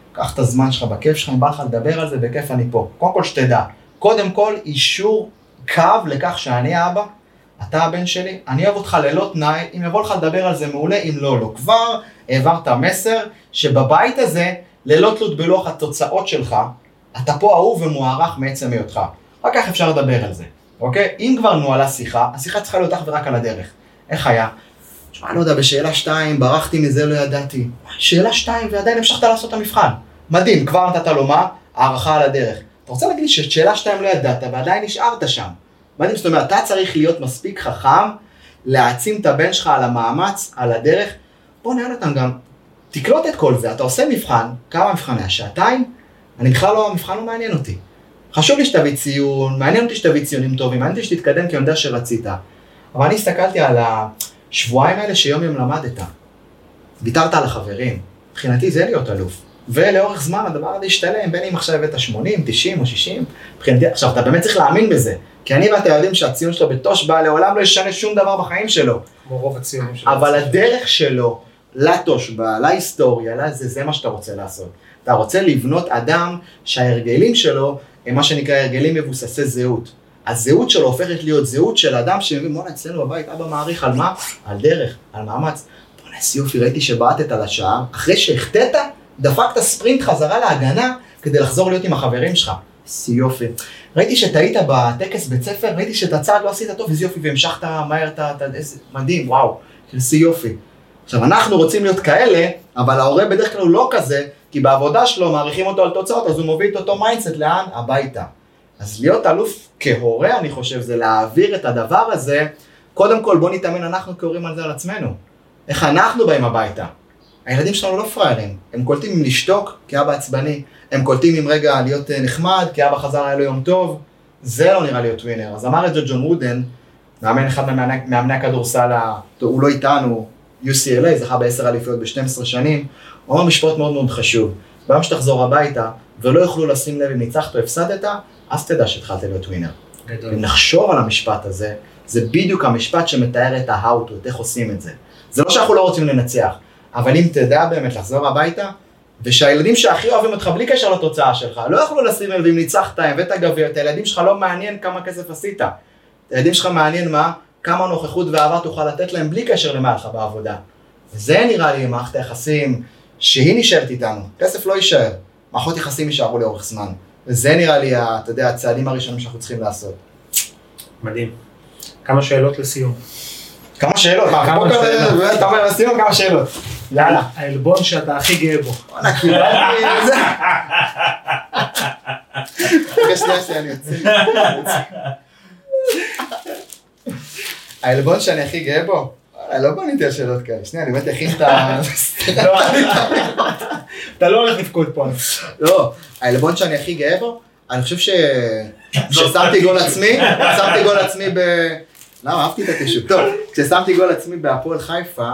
Speaker 1: קח את הזמן שלך בכיף שלך, אם בא לך לדבר על זה, בכיף אני פה. קודם כל שתדע, קודם כל אישור קו לכך שאני האבא, אתה הבן שלי, אני אוהב אותך ללא תנאי, אם יבוא לך לדבר על זה מעולה, אם לא, לא. כבר העברת מסר שבבית הזה, ללא תלות בלוח התוצאות שלך, אתה פה אהוב ומוערך מעצם היותך. רק כך אפשר לדבר על זה, אוקיי? אם כבר נועלה שיחה, השיחה צריכה להיות אך ורק על הדרך. איך היה? תשמע, לא יודע, בשאלה שתיים, ברחתי מזה, לא ידעתי. שאלה שתיים, ועדיין המשכת לעשות את המבחן. מדהים, כבר נתת לו מה? הערכה על הדרך. אתה רוצה להגיד לי ששאלה שתיים לא ידעת, ועדיין נשארת שם. מדהים, זאת אומרת, אתה צריך להיות מספיק חכם, להעצים את הבן שלך על המאמץ, על הדרך. בוא נראה אותם גם, תקלוט את כל זה, אתה עושה מבחן, כמה מבחן היה? שעתיים? אני בכלל לא, המבחן לא מעניין אותי. חשוב לי שתביא ציון, מעניין אותי שתביא ציונים טובים, מעניין אותי שתתקדם כי אני יודע שרצית. אבל אני הסתכלתי על השבועיים האלה שיום יום למדת. ויתרת על החברים. מבחינתי זה להיות אלוף. ולאורך זמן הדבר הזה ישתלם, בין אם עכשיו הבאת שמונים, תשעים או שישים. מבחינתי, עכשיו אתה באמת צריך להאמין בזה. כי אני ואתה יודעים שהציון שלו בתושבע לעולם לא ישנה שום דבר בחיים שלו.
Speaker 4: כמו רוב הציונים שלו.
Speaker 1: אבל הדרך שלו לתושבע, להיסטוריה, לזה, זה מה שאתה רוצה לעשות. אתה רוצה לבנות אדם שההרגלים שלו הם מה שנקרא הרגלים מבוססי זהות. הזהות שלו הופכת להיות זהות של אדם שמבין, בוא'נה, אצלנו בבית, אבא מעריך על מה? על דרך, על מאמץ. בוא'נה, יופי, ראיתי שבעטת על השער, אחרי שהחטאת, דפקת ספרינט חזרה להגנה כדי לחזור להיות עם החברים שלך. יופי. ראיתי שטעית בטקס בית ספר, ראיתי שאת הצעד לא עשית טוב, איזה יופי, והמשכת מהר את ה... מדהים, וואו, איזה יופי. עכשיו, אנחנו רוצים להיות כאלה, אבל ההורה בדרך כלל הוא לא כזה, כי בעבודה שלו מעריכים אותו על תוצאות, אז הוא מוביל את אותו מיינדסט לאן? הביתה. אז להיות אלוף כהורה, אני חושב, זה להעביר את הדבר הזה, קודם כל בוא נתאמן אנחנו כהורים על זה על עצמנו. איך אנחנו באים הביתה? הילדים שלנו לא פריירים, הם קולטים עם לשתוק כאבא עצבני, הם קולטים עם רגע להיות נחמד, כי אבא חזר היה לו יום טוב, זה לא נראה להיות ווינר. אז אמר את זה ג'ון רודן, מאמן אחד מאמני הכדורסל, הוא לא איתנו, יו סי אל איי, זכה בעשר אליפויות ב-שתים עשרה שנים, הוא אמר משפט מאוד מאוד חשוב, ביום שתחזור הביתה ולא יוכלו לשים לב אם ניצחת או הפסדת, אז תדע שהתחלת להיות ווינר. אם נחשוב על המשפט הזה, זה בדיוק המשפט שמתאר את ה-how to, איך עושים את זה. זה לא שאנחנו לא רוצים לנצח, אבל אם תדע באמת לחזור הביתה, ושהילדים שהכי אוהבים אותך בלי קשר לתוצאה שלך, לא יכולו לשים לב אם ניצחת, הבאת גביע, את הילדים שלך לא מעניין כמה כסף עשית. הילדים שלך מעניין מה, כמה נוכחות ואהבה תוכל לתת להם בלי קשר למה לך בעבודה. וזה נראה לי מערכת היחסים שהיא נשארת איתנו, כסף לא יישאר, מערכות יחסים יישארו לאורך זמן. וזה נראה לי, אתה יודע, הצעדים הראשונים שאנחנו צריכים לעשות.
Speaker 4: מדהים. כמה שאלות לסיום.
Speaker 1: כמה שאלות? מה, כמה שאלות? אתה אומר לסיום כמה שאלות. יאללה.
Speaker 4: העלבון שאתה הכי גאה בו.
Speaker 1: וואלה, קיבלתי זה. רגע, שנייה, שנייה, אני יוצא. העלבון שאני הכי גאה בו? וואלה, לא בניתי על שאלות כאלה. שנייה, אני באמת אכין את ה...
Speaker 4: אתה לא הולך לפקוד פה.
Speaker 1: לא, העלבון שאני הכי גאה בו, אני חושב ש... כששמתי גול עצמי, שמתי גול עצמי ב... למה, אהבתי את הקישור. טוב, כששמתי גול עצמי בהפועל חיפה,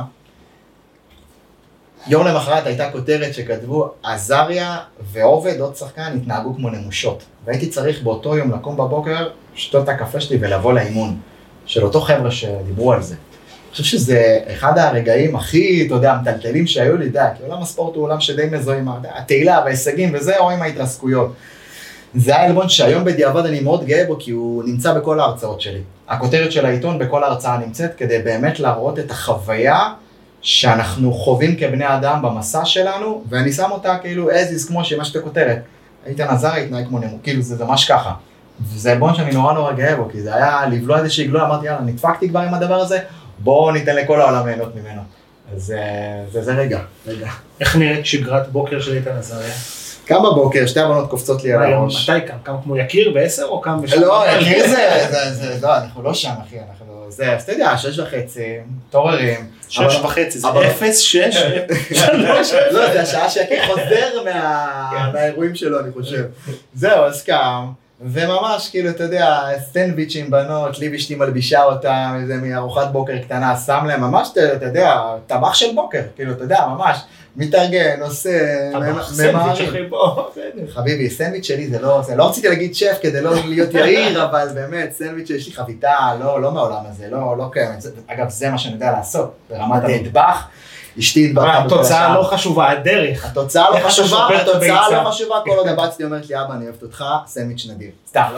Speaker 1: יום למחרת הייתה כותרת שכתבו, עזריה ועובד, עוד שחקן, התנהגו כמו נמושות. והייתי צריך באותו יום לקום בבוקר, שתות את הקפה שלי ולבוא לאימון של אותו חבר'ה שדיברו על זה. אני חושב שזה אחד הרגעים הכי, אתה יודע, מטלטלים שהיו לי, די, כי עולם הספורט הוא עולם שדי מזוהים, התהילה וההישגים וזה, או עם ההתרסקויות. זה העלבון שהיום בדיעבד אני מאוד גאה בו, כי הוא נמצא בכל ההרצאות שלי. הכותרת של העיתון בכל ההרצאה נמצאת, כדי באמת להראות את החוויה שאנחנו חווים כבני אדם במסע שלנו, ואני שם אותה כאילו as is, כמו שמה שאתה כותרת. איתן עזריה התנהג כמו נמוך, כאילו זה ממש ככה. וזה עלבון שאני נורא נורא גאה בו, כי זה היה לבלוע איזושהי גלולה, אמרתי יאללה, נדפקתי כבר עם הדבר הזה, בואו ניתן לכל העולם ליהנות ממנו. אז זה, זה רגע, רגע.
Speaker 4: איך נראית שגרת בוקר של איתן עזריה?
Speaker 1: קם בבוקר, שתי הבנות קופצות לי על הראש.
Speaker 4: מתי קם? קם כמו יקיר בעשר או קם בשם?
Speaker 1: לא, יקיר זה, זה, לא, אנחנו לא שם אחי, אנחנו, זה, אז אתה יודע, שש וחצי, תוררים.
Speaker 2: שש וחצי, זה אפס, שש,
Speaker 1: לא, זה השעה שיקיר חוזר מהאירועים שלו, אני חושב. זהו, אז קם, וממש כאילו, אתה יודע, סנדוויץ' עם בנות, לי ואשתי מלבישה אותם, איזה מארוחת בוקר קטנה, שם להם, ממש, אתה יודע, טבח של בוקר, כאילו, אתה יודע, ממש. מתארגן, עושה, ממהרים. חביבי, סנדוויץ' שלי זה לא, לא רציתי להגיד שף כדי לא להיות יעיר, אבל באמת, סנדוויץ' יש לי חביתה, לא מהעולם הזה, לא קיימת. אגב, זה מה שאני יודע לעשות, ברמת המטבח. אשתי התברכה.
Speaker 4: התוצאה לא חשובה, הדרך.
Speaker 1: התוצאה לא חשובה, התוצאה לא חשובה, כל עוד הבת שלי אומרת לי, אבא, אני אוהבת אותך, סנדוויץ' נדיר. סתם, לא?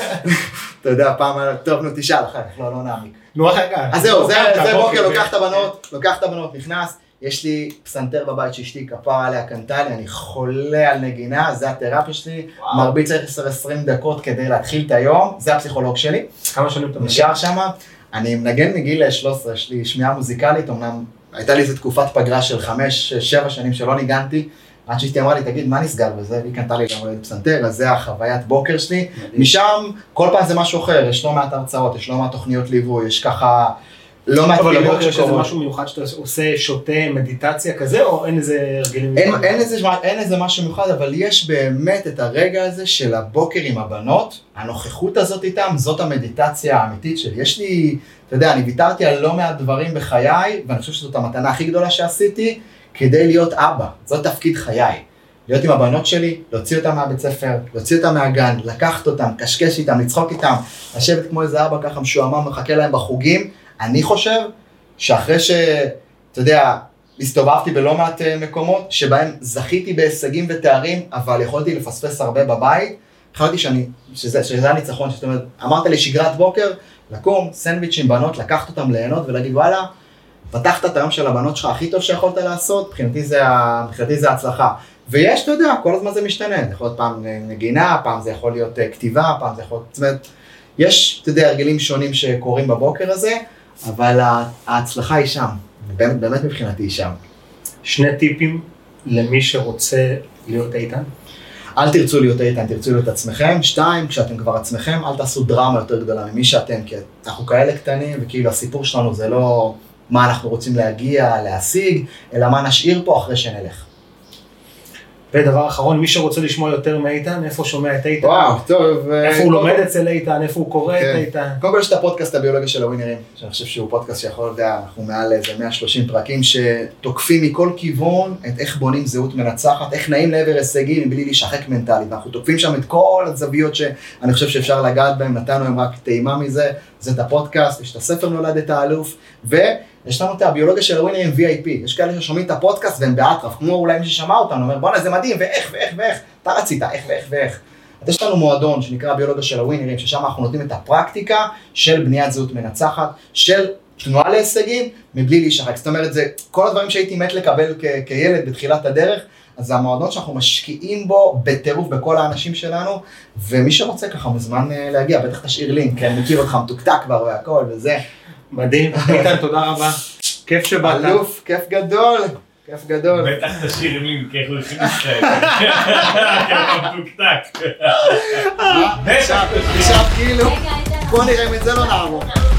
Speaker 1: אתה יודע, פעם, טוב, נו, תשאל, אחר כך, לא, לא נעמיק.
Speaker 4: נו, רגע.
Speaker 1: אז זהו, זה בוקר, לוקח את הבנות, לוקח את הבנות, נכנס, יש לי פסנתר בבית שאשתי כפרה עליה קנתה לי, אני חולה על נגינה, זה התרפיה שלי, מרבית צריך עשר עשרים דקות כדי להתחיל את היום, זה הפסיכולוג שלי.
Speaker 4: כמה שנים אתה מנגן?
Speaker 1: נשאר שמה, אני מנגן מגיל שלוש עשרה, יש לי שמיעה מוזיקלית, אמנם הייתה לי איזו תקופת פגרה של חמש, שבע שנים שלא ניגנתי, עד שאשתי אמרה לי, תגיד, מה נסגר בזה? והיא קנתה לי גם פסנתר, אז זה החוויית בוקר שלי. משם, כל פעם זה משהו אחר, יש לא מעט הרצאות, יש לא מעט תוכניות ליווי, יש ככה לא מעט פעילות שקורות.
Speaker 4: אבל יש איזה משהו מיוחד שאתה עושה, שותה, מדיטציה כזה, או אין איזה הרגלים?
Speaker 1: אין איזה משהו מיוחד, אבל יש באמת את הרגע הזה של הבוקר עם הבנות, הנוכחות הזאת איתם, זאת המדיטציה האמיתית שלי. יש לי, אתה יודע, אני ויתרתי על לא מעט דברים בחיי, ואני חושב שזאת המתנה הכי גדולה שעשיתי, כדי להיות אבא. זאת תפקיד חיי. להיות עם הבנות שלי, להוציא אותם מהבית ספר, להוציא אותם מהגן, לקחת אותם, קשקש איתם, לצחוק איתם, לשבת כמו איזה אבא ככה משועמם, מחכה להם בחוגים. אני חושב שאחרי ש, אתה יודע, הסתובבתי בלא מעט מקומות, שבהם זכיתי בהישגים ותארים, אבל יכולתי לפספס הרבה בבית, החלטתי שאני, שזה, שזה הניצחון, זאת אומרת, אמרת לי שגרת בוקר, לקום, סנדוויץ' עם בנות, לקחת אותם ליהנות ולהגיד, וואלה, פתחת את היום של הבנות שלך הכי טוב שיכולת לעשות, מבחינתי זה, מבחינתי זה הצלחה. ויש, אתה יודע, כל הזמן זה משתנה, זה יכול להיות פעם נגינה, פעם זה יכול להיות כתיבה, פעם זה יכול להיות, זאת אומרת, יש, אתה יודע, הרגלים שונים שקורים בבוקר הזה, אבל ההצלחה היא שם, באמת, באמת מבחינתי היא שם.
Speaker 4: שני טיפים למי שרוצה להיות איתן?
Speaker 1: אל תרצו להיות איתן, תרצו להיות עצמכם. שתיים, כשאתם כבר עצמכם, אל תעשו דרמה יותר גדולה ממי שאתם, כי אנחנו כאלה קטנים, וכאילו הסיפור שלנו זה לא מה אנחנו רוצים להגיע, להשיג, אלא מה נשאיר פה אחרי שנלך.
Speaker 4: ודבר אחרון, מי שרוצה לשמוע יותר מאיתן, איפה שומע את איתן?
Speaker 1: וואו, טוב.
Speaker 4: איפה הוא לומד אצל איתן, איפה הוא קורא את איתן?
Speaker 1: קודם כל יש את הפודקאסט הביולוגיה של הווינרים, שאני חושב שהוא פודקאסט שיכול לדעת, אנחנו מעל איזה מאה ושלושים פרקים שתוקפים מכל כיוון את איך בונים זהות מנצחת, איך נעים לעבר הישגים מבלי להישחק מנטלית, ואנחנו תוקפים שם את כל הזוויות שאני חושב שאפשר לגעת בהם, נתנו הם רק טעימה מזה, זה את הפודקאסט, יש את הספר נולדת האלוף, ו... יש לנו את הביולוגיה של הווינרים וי איי פי, יש כאלה ששומעים את הפודקאסט והם באטרף, כמו אולי מי ששמע אותנו, אומר בוא'נה זה מדהים, ואיך ואיך ואיך, אתה רצית, איך ואיך ואיך. אז יש לנו מועדון שנקרא ביולוגיה של הווינרים, ששם אנחנו נותנים את הפרקטיקה של בניית זהות מנצחת, של תנועה להישגים, מבלי להישחק. זאת אומרת, זה כל הדברים שהייתי מת לקבל כ- כילד בתחילת הדרך, אז זה המועדון שאנחנו משקיעים בו בטירוף בכל האנשים שלנו, ומי שרוצה ככה מוזמן להגיע, בטח תשאיר לינק, כן, מכיר אותך מתוקתק כבר והכל וזה. מדהים,
Speaker 4: איתן, תודה רבה. כיף שבאת.
Speaker 1: אלוף, כיף גדול. כיף גדול.
Speaker 3: בטח תשאיר לינק, איך הוא הכין ישראל. כיף מתוקתק.
Speaker 1: עכשיו כאילו, בוא נראה אם את זה לא נעבור.